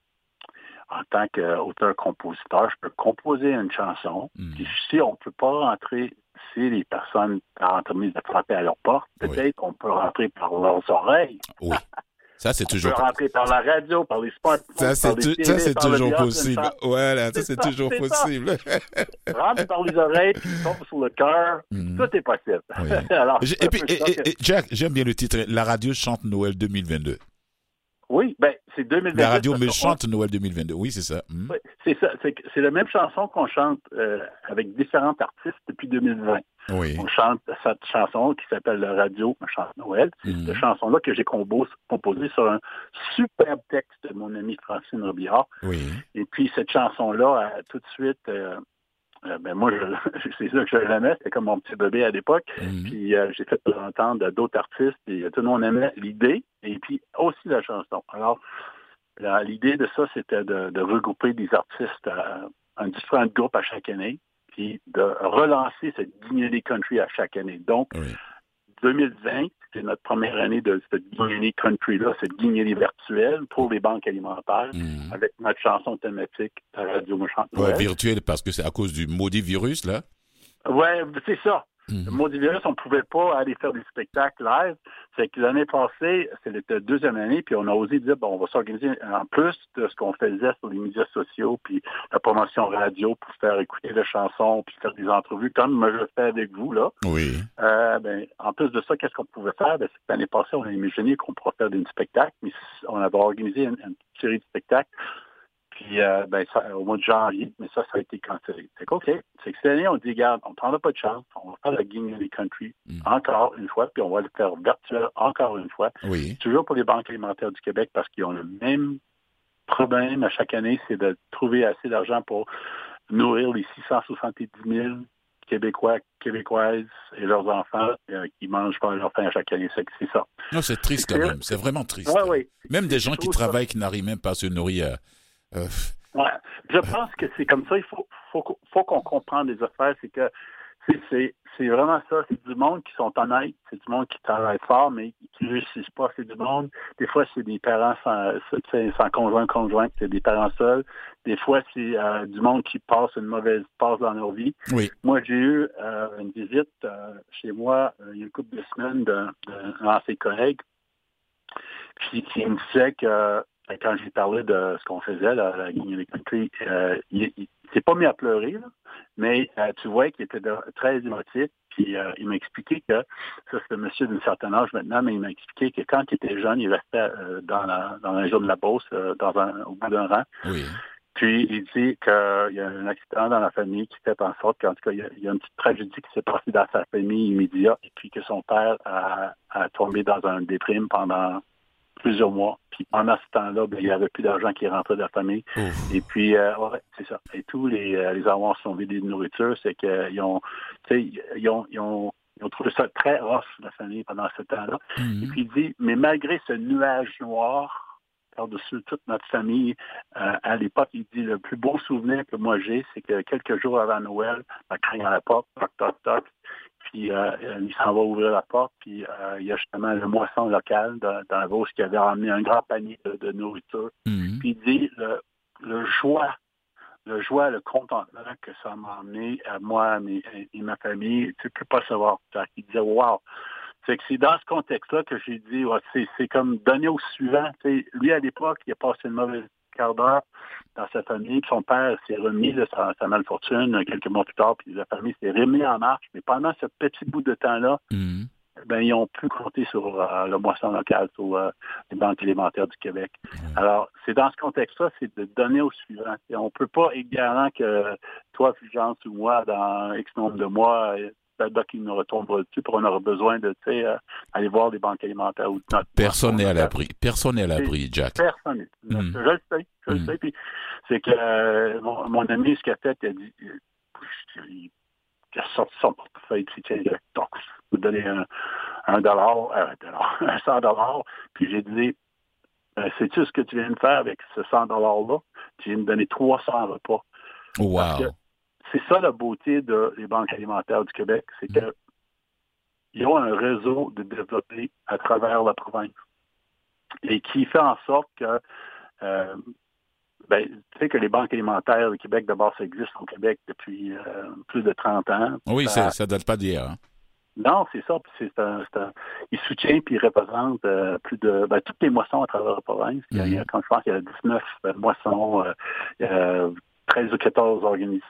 en tant qu'auteur-compositeur, je peux composer une chanson. Mm. Puis si on ne peut pas rentrer, si les personnes par entremise de frapper à leur porte, peut-être qu'on peut rentrer par leurs oreilles. Oui. Ça, c'est On toujours... peut rentrer par la radio, par les sports. Ça, c'est, par les tu... T V, ça, c'est par le toujours théâtre, possible. une Voilà, ça, C'est c'est, ça, toujours c'est ça. possible. Rentre par les oreilles, puis tombe sur le cœur. Mm. Tout est possible. Oui. Alors, J'ai- c'est Et un puis, peu et- ça et- que- et Jack, j'aime bien le titre. La radio chante Noël deux mille vingt-deux. Oui, ben, c'est deux mille vingt-deux. La radio parce me qu'on- chante Noël deux mille vingt-deux. Oui, c'est ça. Mm. Oui, c'est ça. C'est, que- c'est la même chanson qu'on chante euh, avec différents artistes depuis deux mille vingt. Oui. On chante cette chanson qui s'appelle La radio me chante Noël. C'est Mhm. cette chanson-là que j'ai compos- composée sur un superbe texte de mon ami Francine Robillard. Oui. Et puis cette chanson-là, euh, tout de suite, euh, euh, ben moi, je, c'est ça que je l'aimais. C'était comme mon petit bébé à l'époque. Mhm. Puis euh, j'ai fait entendre d'autres artistes et euh, tout le monde aimait l'idée et puis aussi la chanson. Alors, la- l'idée de ça, c'était de, de regrouper des artistes à un différent groupe à chaque année, puis de relancer cette guignolée country à chaque année. Donc, Oui. deux mille vingt, c'est notre première année de cette guignolée country-là, cette guignolée virtuelle pour les banques alimentaires, Mhm. avec notre chanson thématique, La radio me chante Ouais, Noël. virtuel, parce que c'est à cause du maudit virus, là. Ouais, c'est ça. Mhm. Le maudit virus, on ne pouvait pas aller faire des spectacles live. C'est que l'année passée, c'était la deuxième année, puis on a osé dire, bon, on va s'organiser en plus de ce qu'on faisait sur les médias sociaux, puis la promotion radio pour faire écouter les chansons, puis faire des entrevues, comme je fais avec vous, là. Oui. Euh, ben, en plus de ça, qu'est-ce qu'on pouvait faire? Ben, c'est que l'année passée, on a imaginé qu'on pourrait faire des spectacles, mais on avait organisé une, une série de spectacles. Puis, euh, ben, ça, au mois de janvier, mais ça, ça a été cancellé. C'est que, OK. C'est que cette année, on dit, regarde, on ne prendra pas de chance. On va faire la guignolée country Mm. encore une fois, puis on va le faire virtuel encore une fois. Oui. Toujours pour les banques alimentaires du Québec, parce qu'ils ont le même problème à chaque année, c'est de trouver assez d'argent pour nourrir les six cent soixante-dix mille Québécois, Québécoises et leurs enfants euh, qui mangent pas leur faim à chaque année. C'est, c'est ça. Non, c'est triste quand C'est- même. C'est vraiment triste. Ouais, ouais. Même des gens Je qui trouve ça- travaillent, qui n'arrivent même pas à se nourrir. euh, Ouais. Je pense que c'est comme ça. Il faut, faut, qu'on- faut qu'on comprenne les affaires. C'est que c'est, c'est, c'est vraiment ça. C'est du monde qui sont honnêtes. C'est du monde qui travaille fort, mais qui ne réussissent pas. C'est du monde. Des fois, c'est des parents sans, sans, sans conjoint, conjoint. C'est des parents seuls. Des fois, c'est euh, du monde qui passe une mauvaise passe dans leur vie. Oui. Moi, j'ai eu euh, une visite euh, chez moi euh, il y a une couple de semaines d'un, d'un de ses collègues qui, qui me disait que euh, quand j'ai parlé de ce qu'on faisait, la, la guignolée country, euh, il, il s'est pas mis à pleurer, là, mais euh, tu vois qu'il était de, très émotif. Puis euh, il m'a expliqué que, ça c'est un monsieur d'un certain âge maintenant, mais il m'a expliqué que quand il était jeune, il restait euh, dans la dans un jour de la Beauce, euh, dans un, au bout d'un rang. Oui. Puis il dit qu'il y a un accident dans la famille qui fait en sorte qu'en tout cas, il y a, il y a une petite tragédie qui s'est passée dans sa famille immédiate, et puis que son père a, a tombé dans un déprime pendant plusieurs mois. Puis pendant ce temps-là, ben, il n'y avait plus d'argent qui rentrait de la famille. Ouf. Et puis, euh, ouais, c'est ça. Et tous les, euh, les avoirs sont vidés de nourriture, c'est qu'ils ont, tu sais, ils ont, ils ont, ils ont trouvé ça très rough, la famille, pendant ce temps-là. Mhm. Et puis il dit, mais malgré ce nuage noir par-dessus toute notre famille, euh, à l'époque, il dit, le plus beau souvenir que moi j'ai, c'est que quelques jours avant Noël, ma crainte à la porte, toc, toc, toc, puis euh, il s'en va ouvrir la porte, puis euh, il y a justement le moisson local dans, dans la Beauce qui avait ramené un grand panier de, de nourriture. Mhm. Puis il dit, le, le joie, le joie, le contentement que ça m'a amené à moi mes, et ma famille, tu ne peux pas savoir. Il disait, wow! C'est que c'est dans ce contexte-là que j'ai dit, ouais, c'est, c'est comme donner au suivant. Tu sais, lui, à l'époque, il a passé une mauvaise quart d'heure dans sa famille. Son père s'est remis de sa, sa malfortune quelques mois plus tard, puis la famille s'est remis en marche. Mais pendant ce petit bout de temps-là, mm-hmm. ben, ils ont pu compter sur euh, la moisson locale, sur euh, les banques élémentaires du Québec. Mm-hmm. Alors, c'est dans ce contexte-là, c'est de donner au suivant. Et on ne peut pas, également que toi, Fulgence, ou moi, dans X nombre de mois, là qui nous retombera dessus, pour on aura besoin de, tu sais, euh, aller voir des banques alimentaires. Ou notre Personne n'est à l'abri. Personne n'est à l'abri, Jack. Personne. Mm. Je le sais. Je mm. le sais. Puis, c'est que euh, mon, mon ami, ce qu'il a fait, il a dit, il, il a sorti son portefeuille, puis il a dit, donc, je vais vous donner un, un dollar, euh, un dollar, un cent dollars. Puis j'ai dit, euh, sais-tu ce que tu viens de faire avec ce cent dollars-là? Tu viens de me donner trois cents repas. Wow. C'est ça la beauté de, des banques alimentaires du Québec, c'est qu'ils ont un réseau de développé à travers la province et qui fait en sorte que, euh, ben, tu sais que les banques alimentaires du Québec, d'abord, ça existe au Québec depuis euh, plus de trente ans. Oui, ça, ça date pas d'hier. Hein? Non, c'est ça. C'est un, c'est un, il soutient puis il représente euh, plus de ben, toutes les moissons à travers la province. Mm-hmm. Il y a, quand je pense qu'il y a dix-neuf euh, moissons, euh, il y a treize ou quatorze organisations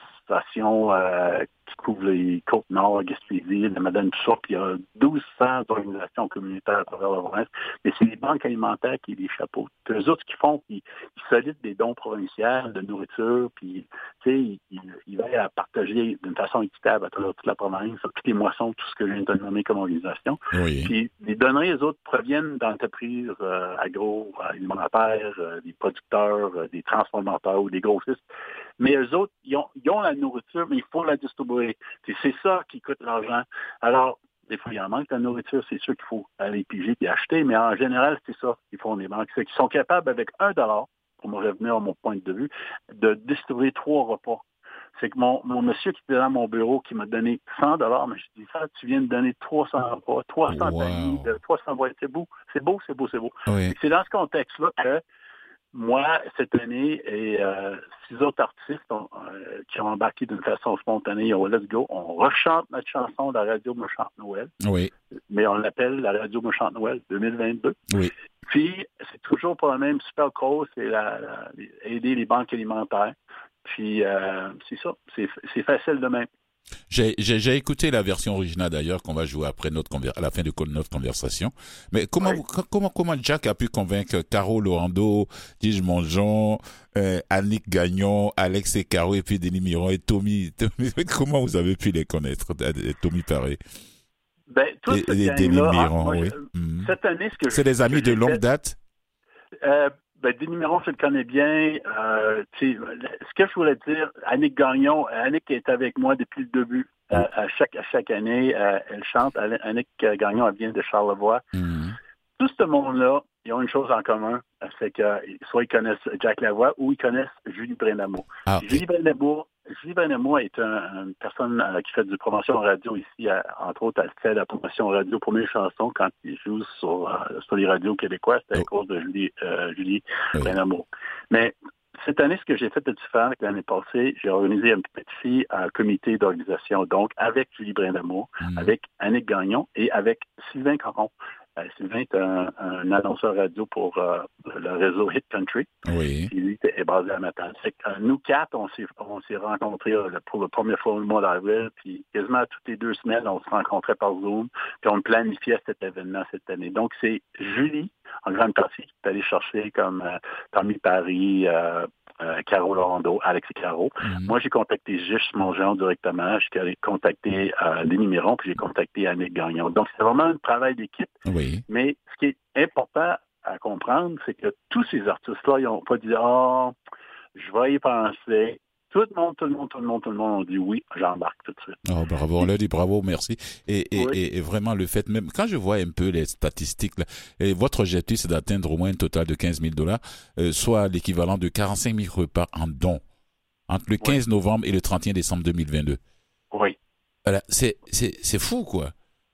Euh, qui couvrent les Côtes-Nord, Gaspésie, la Madeleine, tout ça, puis il y a douze cents organisations communautaires à travers la province, mais c'est les banques alimentaires qui les chapeautent. Puis eux autres, ce qu'ils font, ils, ils sollicitent des dons provinciaux de nourriture, puis, tu sais, ils, ils, ils veulent à partager d'une façon équitable à travers toute la province, toutes les moissons, tout ce que je viens de nommer comme organisation. Oui. Puis les donneries, eux autres, proviennent d'entreprises euh, agro-alimentaires, euh, des producteurs, euh, des transformateurs ou des grossistes. Mais eux autres, ils ont, ils ont la nourriture, mais il faut la distribuer. Et c'est ça qui coûte l'argent. Alors, des fois, il en manque de la nourriture, c'est sûr qu'il faut aller piger et acheter, mais en général, c'est ça qu'ils font les banques. C'est qu'ils sont capables, avec un dollar, pour me revenir à mon point de vue, de distribuer trois repas. C'est que mon, mon monsieur qui était dans mon bureau, qui m'a donné cent dollars, mais je dis ça, tu viens de donner trois cents repas, trois cents wow. amis, trois cents boîtes, c'est beau, c'est beau, c'est beau, c'est beau. Oui. C'est dans ce contexte-là que moi, cette année, et euh, six autres artistes ont, euh, qui ont embarqué d'une façon spontanée au Let's Go, on rechante notre chanson de la radio Me Chante Noël. Oui. Mais on l'appelle la radio Me Chante Noël deux mille vingt-deux. Oui. Puis, c'est toujours pour la même super cause, c'est la, la, aider les banques alimentaires. Puis, euh, c'est ça, c'est, c'est facile de même. J'ai, j'ai, j'ai écouté la version originale d'ailleurs qu'on va jouer après notre conver- à la fin de notre conversation. Mais comment, oui. comment, comment Jack a pu convaincre Caro Lorando, Tige Mongeon, euh, Annick Gagnon, Alex et Caro et puis Denis Miron et Tommy, Tommy comment vous avez pu les connaître, Tommy Paré? Ben, tous et, et Denis Miron, ah, oui. Je, mmh. Cette année, ce que c'est je, des amis de longue fait, date? Euh, Ben, Denis Miron, je le connais bien. Euh, ce que je voulais dire, Annick Gagnon, Annick est avec moi depuis le début. Mm. Euh, à, chaque, à chaque année, euh, elle chante. Annick Gagnon, elle vient de Charlevoix. Mm. Tout ce monde-là, ils ont une chose en commun, c'est que soit ils connaissent Jack Lavoie ou ils connaissent Julie Brenamo. Ah, okay. Julie Brenamo, Julie Brenamo est un, une personne euh, qui fait du promotion radio ici. Euh, entre autres, elle fait la promotion radio pour mes chansons quand ils jouent sur, euh, sur les radios québécois. C'était oh. à cause de Julie, euh, Julie oui. Brenamo. Mais cette année, ce que j'ai fait de différent que l'année passée, j'ai organisé un petit euh, comité d'organisation, donc avec Julie Brenamo, mm. avec Annick Gagnon et avec Sylvain Caron. Euh, Sylvain est un, un annonceur radio pour euh, le réseau Hit Country. Oui. Puis lui est basé à Matane. Euh, nous quatre, on s'est, on s'est rencontrés euh, pour la première fois au mois d'avril. Puis quasiment toutes les deux semaines, on se rencontrait par Zoom. Puis on planifiait cet événement cette année. Donc c'est Julie, en grande partie, qui est allée chercher comme euh, Tommy Paris, euh, Euh, Caro Lorando, Alex et Caro. Mm-hmm. Moi, j'ai contacté juste Mongeon directement. J'ai contacté euh, Denis Miron, puis j'ai contacté Annick Gagnon. Donc, c'est vraiment un travail d'équipe. Oui. Mais ce qui est important à comprendre, c'est que tous ces artistes-là, ils n'ont pas dit « Ah, oh, je vais y penser ». Tout le monde, tout le monde, tout le monde, tout le monde ont dit oui, j'embarque tout de suite. Oh, bravo, on leur dit bravo, merci. Et, et, oui. et, et vraiment, le fait même, quand je vois un peu les statistiques, là, et votre objectif, c'est d'atteindre au moins un total de quinze mille dollars, euh, soit l'équivalent de quarante-cinq mille repas en dons, entre le quinze oui. novembre et le trente et un décembre deux mille vingt-deux. Oui. Voilà, c'est, c'est, c'est fou, quoi.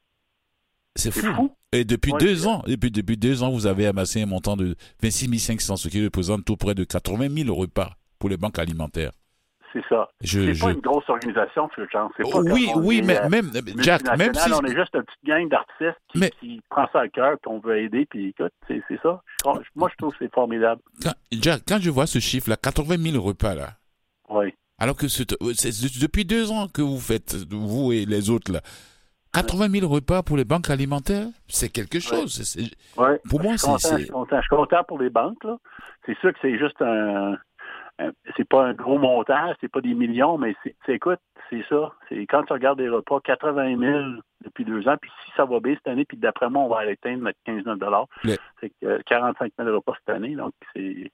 C'est, c'est fou. fou. Et depuis oui, deux ans, depuis, depuis deux ans, vous avez amassé un montant de vingt-six mille cinq cents, ce qui représente tout près de quatre-vingt mille repas pour les banques alimentaires. C'est ça. Je, c'est je... pas une grosse organisation, Fulgence. C'est pas oui, comme on oui, est, mais euh, même, Jack, même si... on est juste une petite gang d'artistes qui, mais... qui prend ça à cœur, qu'on veut aider, puis écoute, c'est, c'est ça. Je, moi, je trouve que c'est formidable. Quand, Jack, quand je vois ce chiffre-là, quatre-vingt mille repas, là, oui. alors que c'est, c'est depuis deux ans que vous faites, vous et les autres, là, quatre-vingt mille repas pour les banques alimentaires, c'est quelque chose. Oui. C'est, c'est... Oui. Pour moi, je suis c'est... Content, je, suis content. je suis content pour les banques, là. C'est sûr que c'est juste un... un c'est pas un gros montant, c'est pas des millions, mais c'est, c'est écoute, c'est ça. C'est quand tu regardes les repas, quatre-vingt mille depuis deux ans, puis si ça va bien cette année, puis d'après moi, on va atteindre notre quinze neuf dollars. Les... C'est que quarante-cinq mille repas cette année, donc c'est...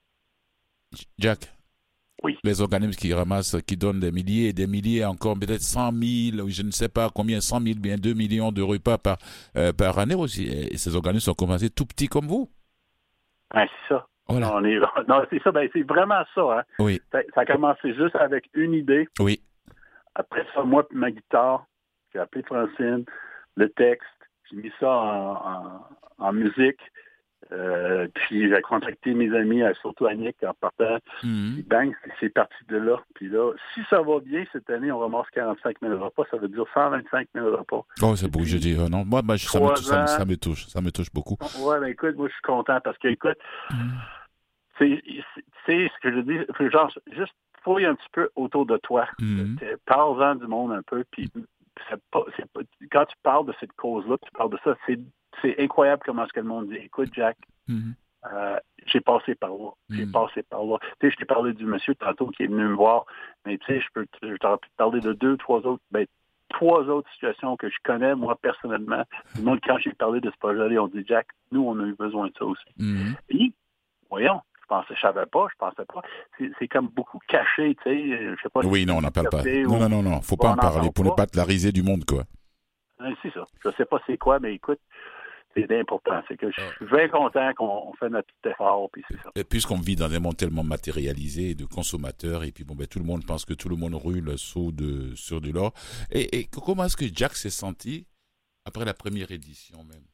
Jack? Oui. Les organismes qui ramassent, qui donnent des milliers et des milliers, encore peut-être cent mille, ou je ne sais pas combien, cent mille, bien deux millions de repas par, euh, par année aussi. Et ces organismes sont commencés tout petits comme vous. Ben, c'est ça. Voilà. On est, non, c'est ça, ben, c'est vraiment ça. Hein. Oui. Ça, ça a commencé juste avec une idée. Oui. Après ça, moi et ma guitare, j'ai appelé Francine, le texte, j'ai mis ça en, en, en musique. Euh, puis j'ai contacté mes amis, surtout Annick, en partant. Mm-hmm. Puis bang, c'est parti de là. Puis là, si ça va bien cette année, on ramasse quarante-cinq mille repas, ça veut dire cent vingt-cinq mille repas. Oh, c'est beau, je dis. Euh, non, moi, moi je, ça, me, ça, ça me touche. Ça me touche beaucoup. Ouais, ben écoute, moi, je suis content parce que, écoute, mm. c'est, c'est, c'est ce que je dis, genre, juste fouille un petit peu autour de toi. Mm. Parle-en du monde un peu, puis c'est pas, c'est pas, quand tu parles de cette cause-là, tu parles de ça, c'est C'est incroyable comment ce que le monde dit. Écoute, Jack, mm-hmm. euh, j'ai passé par là. J'ai mm-hmm. passé par là. Tu sais, je t'ai parlé du monsieur tantôt qui est venu me voir, mais tu sais, je peux je t'aurais pu te parler de deux, trois autres, ben, trois autres situations que je connais, moi, personnellement. Du monde, quand j'ai parlé de ce projet-là, ils ont dit, Jack, nous, on a eu besoin de ça aussi. Mm-hmm. Et, voyons, je pensais, je savais pas, je pensais pas. C'est, c'est comme beaucoup caché, tu sais, je sais pas. Oui, non, on n'en parle pas. Non, non, non, non, faut pas en parler pour pas. Ne pas te la riser du monde, quoi. C'est ça. Je sais pas c'est quoi, mais écoute, c'est important. C'est que je suis bien content qu'on fait notre petit effort, puis c'est ça. Et puisqu'on vit dans un monde tellement matérialisé de consommateurs, et puis bon, ben, tout le monde pense que tout le monde roule saut de, sur de l'or. Et, et comment est-ce que Jack s'est senti après la première édition même?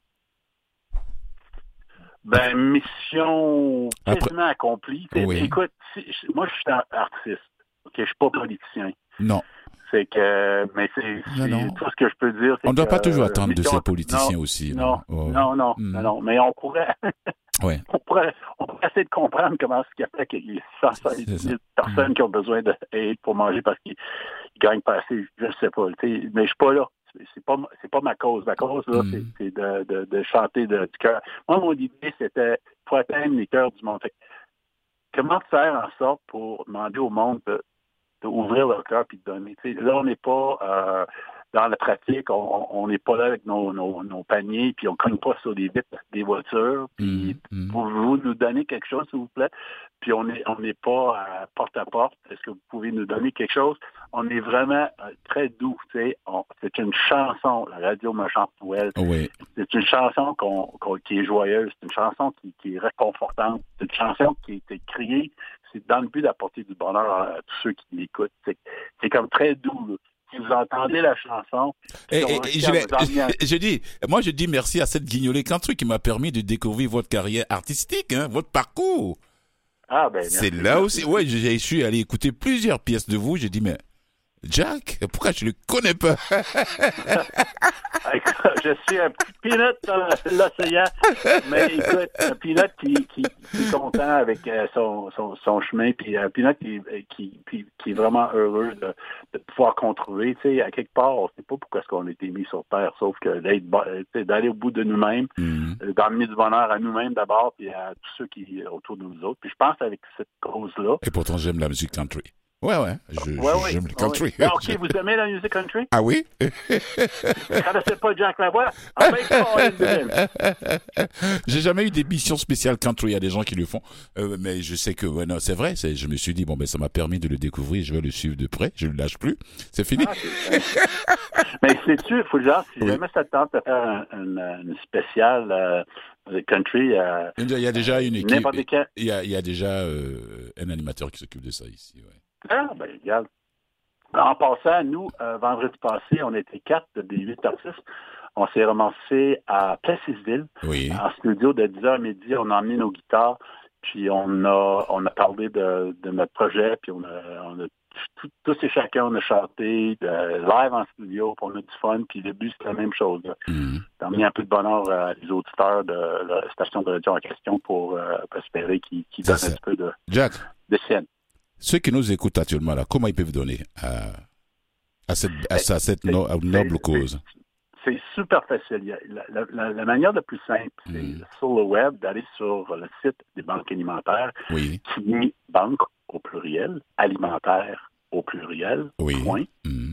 Ben, mission quasiment après... accomplie. Oui. Écoute, si, moi, je suis artiste. OK, je suis pas politicien. Non. C'est que, mais c'est, c'est non, non. tout ce que je peux dire. C'est on ne doit que, pas toujours attendre euh, de ces politiciens non, aussi. Non, oh. non, non, mm. non, non, mais on pourrait, ouais. on pourrait, on pourrait essayer de comprendre comment ce qui a fait qu'il y a cent mille personnes mm. qui ont besoin d'aide pour manger parce qu'ils ne gagnent pas assez. Je ne sais pas, mais je ne suis pas là. C'est pas, c'est pas ma cause. Ma cause, là, mm. c'est, c'est de, de, de chanter de, du cœur. Moi, mon idée, c'était pour atteindre les cœurs du monde. Fait, comment faire en sorte pour demander au monde de d'ouvrir leur cœur puis de donner. T'sais, là, on n'est pas euh, dans la pratique, on n'est pas là avec nos, nos, nos paniers, puis on ne cogne pas sur les vitres des voitures. Puis mmh, pouvez-vous nous donner quelque chose, s'il vous plaît? Puis on n'est on n'est pas à porte à porte. Est-ce que vous pouvez nous donner quelque chose? On est vraiment euh, très doux. On, c'est une chanson, la radio me chante Noël. Oui. C'est une chanson qu'on, qu'on, qui est joyeuse, c'est une chanson qui, qui est réconfortante, c'est une chanson qui a été créée. C'est dans le but d'apporter du bonheur à, à tous ceux qui l'écoutent. C'est, c'est comme très doux. Là. Si vous entendez la chanson... Et, et, et je, je, je dis, moi, je dis merci à cette guignolée country qui m'a permis de découvrir votre carrière artistique, hein, votre parcours. Ah, ben, c'est là aussi. Oui, je suis allé écouter plusieurs pièces de vous. J'ai dit, mais Jack, pourquoi je ne le connais pas? Je suis un petit peanut dans l'océan, mais écoute, un peanut qui, qui, qui est content avec euh, son, son, son chemin, puis un peanut qui, qui, qui, qui est vraiment heureux de, de pouvoir contrôler. Tu sais, à quelque part, on ne sait pas pourquoi est-ce qu'on a été mis sur Terre, sauf que d'être, d'aller au bout de nous-mêmes, mm-hmm. d'emmener du bonheur à nous-mêmes d'abord, puis à tous ceux qui sont autour de nous autres. Puis je pense avec cette cause-là... Et pourtant, j'aime la musique country. Ouais, ouais, je, ouais, je, ouais. j'aime le country. Ouais. OK, vous aimez la musique country? Ah oui? Je ne connaissais pas Jack Lavoie. Ah ben, j'ai jamais eu d'émission spéciale country. Il y a des gens qui le font. Euh, mais je sais que, ouais, non, c'est vrai. C'est, je me suis dit, bon, ben, ça m'a permis de le découvrir. Je vais le suivre de près. Je ne le lâche plus. C'est fini. Ah, c'est mais sais-tu, Fulgence, si oui. jamais ça te tente de faire un, une, une spéciale euh, country. Euh, il y a déjà une équipe. N'importe quel. Il y a, il y a déjà euh, un animateur qui s'occupe de ça ici. Ouais. Ah, ben, regarde. En passant, nous, euh, vendredi passé, on était quatre des huit artistes. On s'est ramassé à Plessisville, oui. en studio de dix heures à midi. On a emmené nos guitares, puis on a on a parlé de, de notre projet, puis on a, on a tout, tous et chacun, on a chanté de, live en studio, puis on a du fun, puis le but, c'est la même chose. Mm-hmm. D'emmener un peu de bonheur à les auditeurs de la station de radio en question pour euh, espérer qu'ils, qu'ils donnent un petit peu de, Jack, de scène. Ceux qui nous écoutent actuellement, là, comment ils peuvent donner à, à cette, à, à cette no, à noble c'est, cause? C'est, c'est super facile. La, la, la, la manière la plus simple, c'est mm. sur le web, d'aller sur le site des banques alimentaires, oui. qui est banque au pluriel, alimentaire au pluriel, oui. point, mm.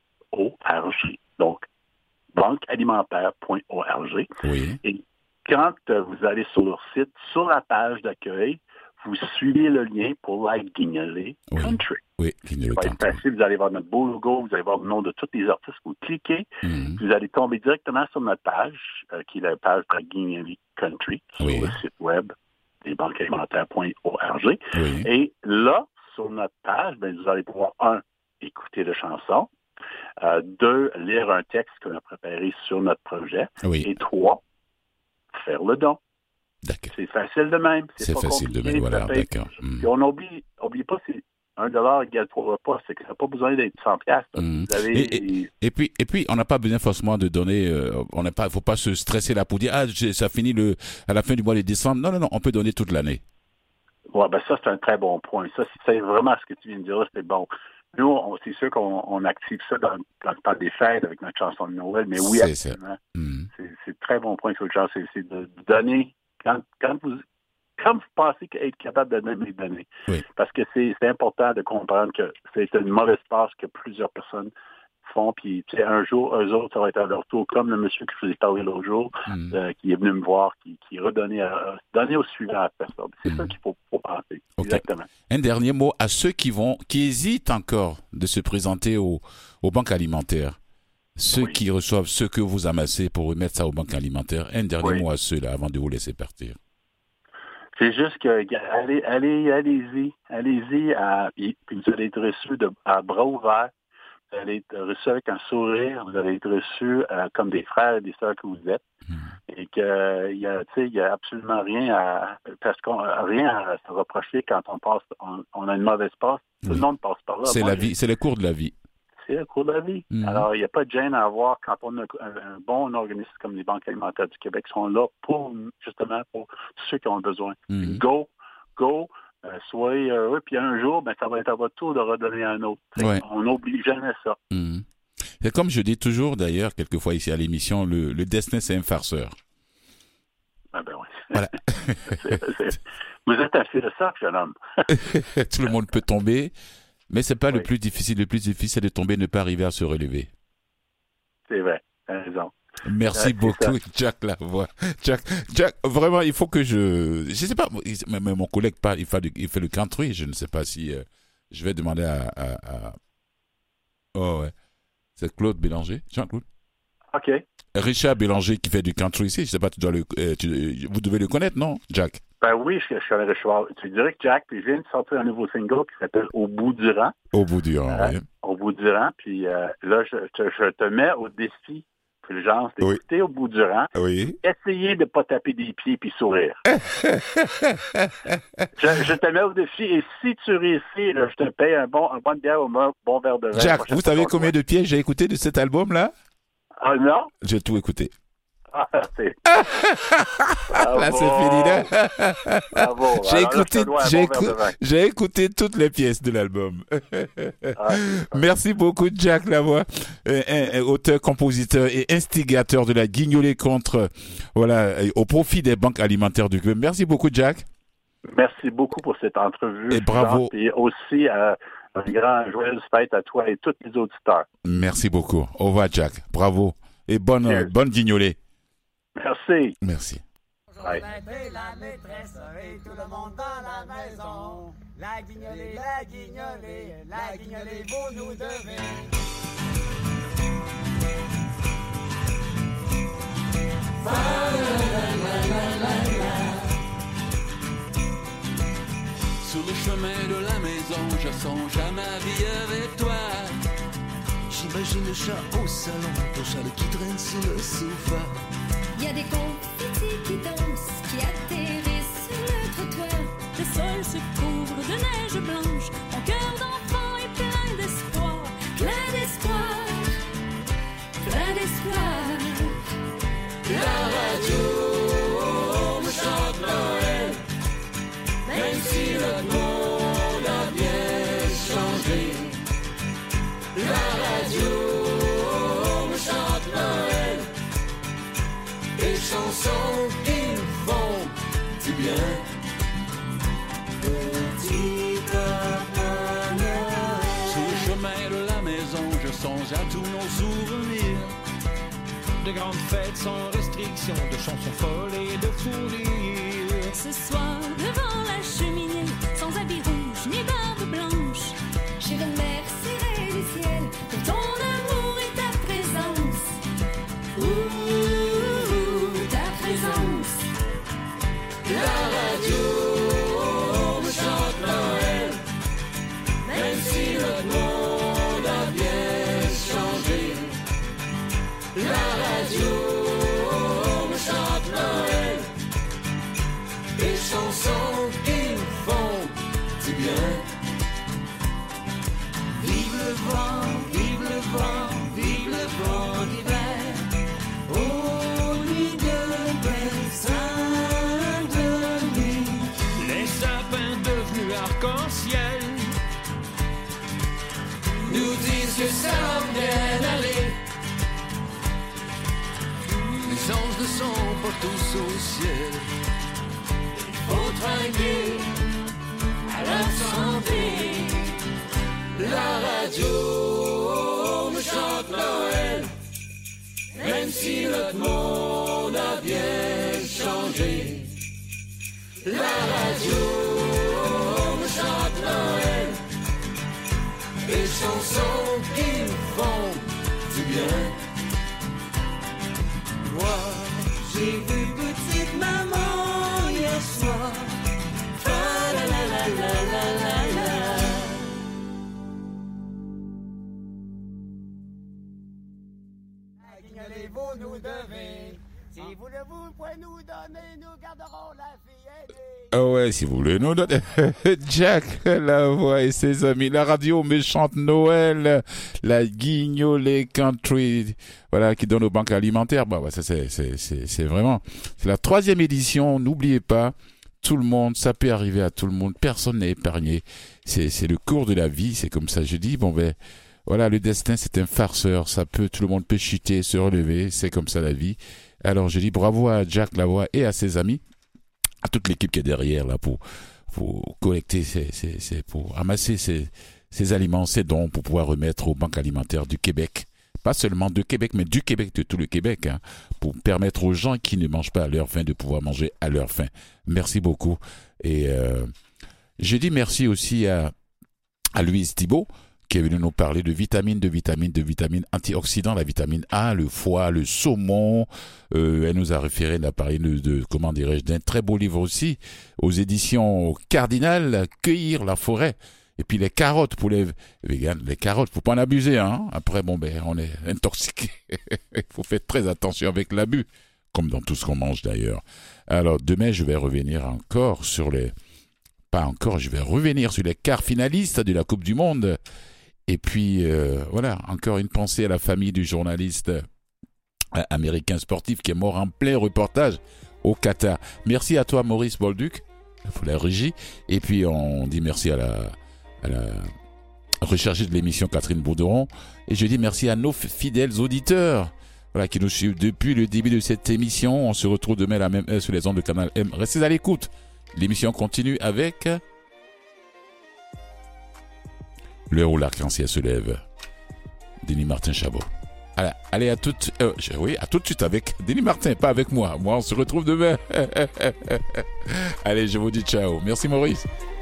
O R G. Donc, banque alimentaire point org. Oui. Et quand euh, vous allez sur leur site, sur la page d'accueil, vous suivez le lien pour la Guignolée oui. Country. Oui, Guignolée Country. Ça va être facile, vous allez voir notre beau logo, vous allez voir le nom de tous les artistes, vous cliquez, mm-hmm. vous allez tomber directement sur notre page, euh, qui est la page de la Guignolée Country, sur oui. le site web des banques alimentaires point org. Oui. Et là, sur notre page, ben, vous allez pouvoir, un, écouter la chanson, euh, deux, lire un texte qu'on a préparé sur notre projet, oui. et trois, faire le don. D'accord. C'est facile de même. C'est, c'est pas facile compliqué, de même, voilà, fait, d'accord. Mm. Puis on n'oublie oublie pas, c'est un dollar égale trois repas, c'est que ça n'a pas besoin d'être cent piastres. Mm. Vous avez... et, et, et, puis, et puis, on n'a pas besoin forcément de donner, euh, on n'a pas, il ne faut pas se stresser là pour dire, ah, ça finit le, à la fin du mois de décembre. Non, non, non, on peut donner toute l'année. Ouais, ben ça, c'est un très bon point. Ça, c'est, c'est vraiment ce que tu viens de dire, là, c'est bon. Nous, on, c'est sûr qu'on on active ça dans, dans le temps des fêtes avec notre chanson de Noël, mais oui, c'est absolument. Mm. C'est, c'est un très bon point, genre, c'est, c'est de donner, quand, quand vous... Quand vous pensez être capable de donner, donner. Oui. Parce que c'est, c'est important de comprendre que c'est une mauvaise passe que plusieurs personnes font. Puis, tu sais, un jour, eux autres, ça va être à leur tour, comme le monsieur que je vous ai parlé l'autre jour, mm. euh, qui est venu me voir, qui, qui redonnait à, donner au suivant à personne. C'est mm. ça qu'il faut, faut penser. Okay. Exactement. Un dernier mot à ceux qui vont, qui hésitent encore de se présenter au, aux banques alimentaires. Ceux oui. qui reçoivent ce que vous amassez pour remettre ça aux banques alimentaires. Un dernier oui. mot à ceux-là avant de vous laisser partir. C'est juste que, allez, allez, allez-y, allez-y, à, puis vous allez être reçus de, à bras ouverts, vous allez être reçus avec un sourire, vous allez être reçus euh, comme des frères et des sœurs que vous êtes, mmh. et que, il y a, tu sais, il y a absolument rien à, parce qu'on, rien à se reprocher quand on passe, on, on a une mauvaise passe, tout oui. le monde passe par là. C'est Moi, la vie, c'est le cours de la vie. C'est le cours de la vie. Mm-hmm. Alors, il n'y a pas de gêne à avoir quand on a un, un bon organisme comme les banques alimentaires du Québec sont là pour, justement, pour ceux qui ont besoin. Mm-hmm. Go, go, euh, soyez heureux, puis un jour, ben, ça va être à votre tour de redonner à un autre. Ouais. On n'oublie jamais ça. Mm-hmm. Et comme je dis toujours, d'ailleurs, quelquefois ici à l'émission, le, le destin, c'est un farceur. Ah ben oui. Voilà. c'est, c'est... Vous êtes un philosophe, jeune homme. Tout le monde peut tomber. Mais c'est pas oui. le plus difficile. Le plus difficile, c'est de tomber et ne pas arriver à se relever. C'est vrai. T'as raison. Merci ouais, beaucoup, Jack Lavoie. Jack, Jack, vraiment, il faut que je... Je sais pas, même mon collègue parle, il fait, du, il fait le country. Je ne sais pas si... Euh, je vais demander à, à, à... Oh, ouais. C'est Claude Bélanger. Jean-Claude. OK. Richard Bélanger qui fait du country ici. Je sais pas, tu dois le, euh, tu, vous devez le connaître, non, Jack? Ben oui, je, je suis allé recevoir. Tu dirais que Jack, puis je viens de sortir un nouveau single qui s'appelle Au bout du rang. Au bout du rang, euh, oui. Au bout du rang. Puis euh, là, je, je, je te mets au défi, Fulgence, d'écouter oui. Au bout du rang. Oui. Essayez de ne pas taper des pieds puis sourire. je, je te mets au défi et si tu réussis, là, je te paye un bon, un bon bière ou un bon verre de vin. Jack, vous savez combien de pièces j'ai écouté de cet album-là? Ah non? J'ai tout écouté. Ah, c'est... Là, c'est fini, là. Bravo. J'ai écouté, là, j'ai, écou... j'ai écouté toutes les pièces de l'album. Ah, merci beaucoup, Jack Lavoie, euh, un, un auteur, compositeur et instigateur de la guignolée contre, voilà, au profit des banques alimentaires du Québec. Merci beaucoup, Jack. Merci beaucoup pour cette entrevue. Et bravo. Et aussi, euh, un grand joyeuse fête à toi et tous les auditeurs. Merci beaucoup. Au revoir, Jack. Bravo. Et bonne, euh, bonne guignolée. Merci. Merci. Ouais. La maîtresse et tout le monde dans la maison. La guignolée, la guignolée, la guignolée, vous nous devez. Sur le chemin de la maison, je songe à ma vie avec toi. J'imagine le chat au salon, ton chat qui traîne sur le sofa. Il y a des confettis qui dansent, qui atterrissent sur le trottoir. Le sol se couvre de neige blanche, mon cœur d'enfant est plein bons souvenirs, de grandes fêtes sans restriction, de chansons folles et de fous rires. Ce soir, devant la cheminée, sans habit rouge ni barbe blanche, je remercierai le ciel pour ton amour et ta présence. Ouh, ta présence. La radio me chante Noël, même si notre monde a bien changé. La radio me chante Noël, des chansons qui nous font du bien. Vive le vent, vive le vent, vive le vent d'hiver. Oh, nuit de belle Saint-Denis. Les sapins devenus arc-en-ciel Nous disent que ça va bien aller. les anges ne sont pas tous au ciel. Faut trinquer à leur santé. La radio me chante Noël, même si notre monde a bien changé. La radio me chante Noël, des chansons qui nous font du bien. Moi, j'ai vu petite maman hier soir. Fa la la la la la la la. Allez-vous nous devez? Si vous ne vous pouvez nous donner, nous garderons la fille aînée. Ah ouais, si vous voulez nous donner. Jack, la voix et ses amis, la radio méchante Noël, la guignolée country, voilà, qui donne aux banques alimentaires. Bah ouais, ça c'est, c'est, c'est, c'est vraiment, c'est la troisième édition. N'oubliez pas, tout le monde, ça peut arriver à tout le monde. Personne n'est épargné. C'est, c'est le cours de la vie. C'est comme ça. Je dis, bon ben, voilà, le destin c'est un farceur. Ça peut, tout le monde peut chuter, se relever. C'est comme ça la vie. Alors je dis bravo à Jack Lavoie et à ses amis, à toute l'équipe qui est derrière là pour pour collecter ces, ces, ces pour amasser ces, ces aliments, ces dons pour pouvoir remettre aux banques alimentaires du Québec, pas seulement de Québec mais du Québec, de tout le Québec, hein, pour permettre aux gens qui ne mangent pas à leur faim de pouvoir manger à leur faim. Merci beaucoup et euh, je dis merci aussi à à Louise Thibault, qui est venu nous parler de vitamines, de vitamines, de vitamines antioxydants, la vitamine A, le foie, le saumon. Euh, elle nous a référé, elle a parlé de, de, comment dirais-je, d'un très beau livre aussi, aux éditions Cardinal, Cueillir la forêt. Et puis les carottes pour les véganes, les carottes, faut pas en abuser, hein. Après, bon, ben, on est intoxiqué. Il faut faire très attention avec l'abus, comme dans tout ce qu'on mange d'ailleurs. Alors, demain, je vais revenir encore sur les, pas encore, je vais revenir sur les quarts finalistes de la Coupe du Monde. Et puis, euh, voilà, encore une pensée à la famille du journaliste euh, américain sportif qui est mort en plein reportage au Qatar. Merci à toi, Maurice Bolduc, pour la régie. Et puis, on dit merci à la, à la recherchée de l'émission Catherine Bourderon. Et je dis merci à nos fidèles auditeurs, voilà, qui nous suivent depuis le début de cette émission. On se retrouve demain à la même heure sur les ondes de Canal M. Restez à l'écoute. L'émission continue avec... L'heure où l'arc-en-ciel se lève. Denis Martin Chabot. Allez, allez à tout, euh, oui, à tout de suite avec Denis Martin, pas avec moi. Moi, on se retrouve demain. Allez, je vous dis ciao. Merci Maurice.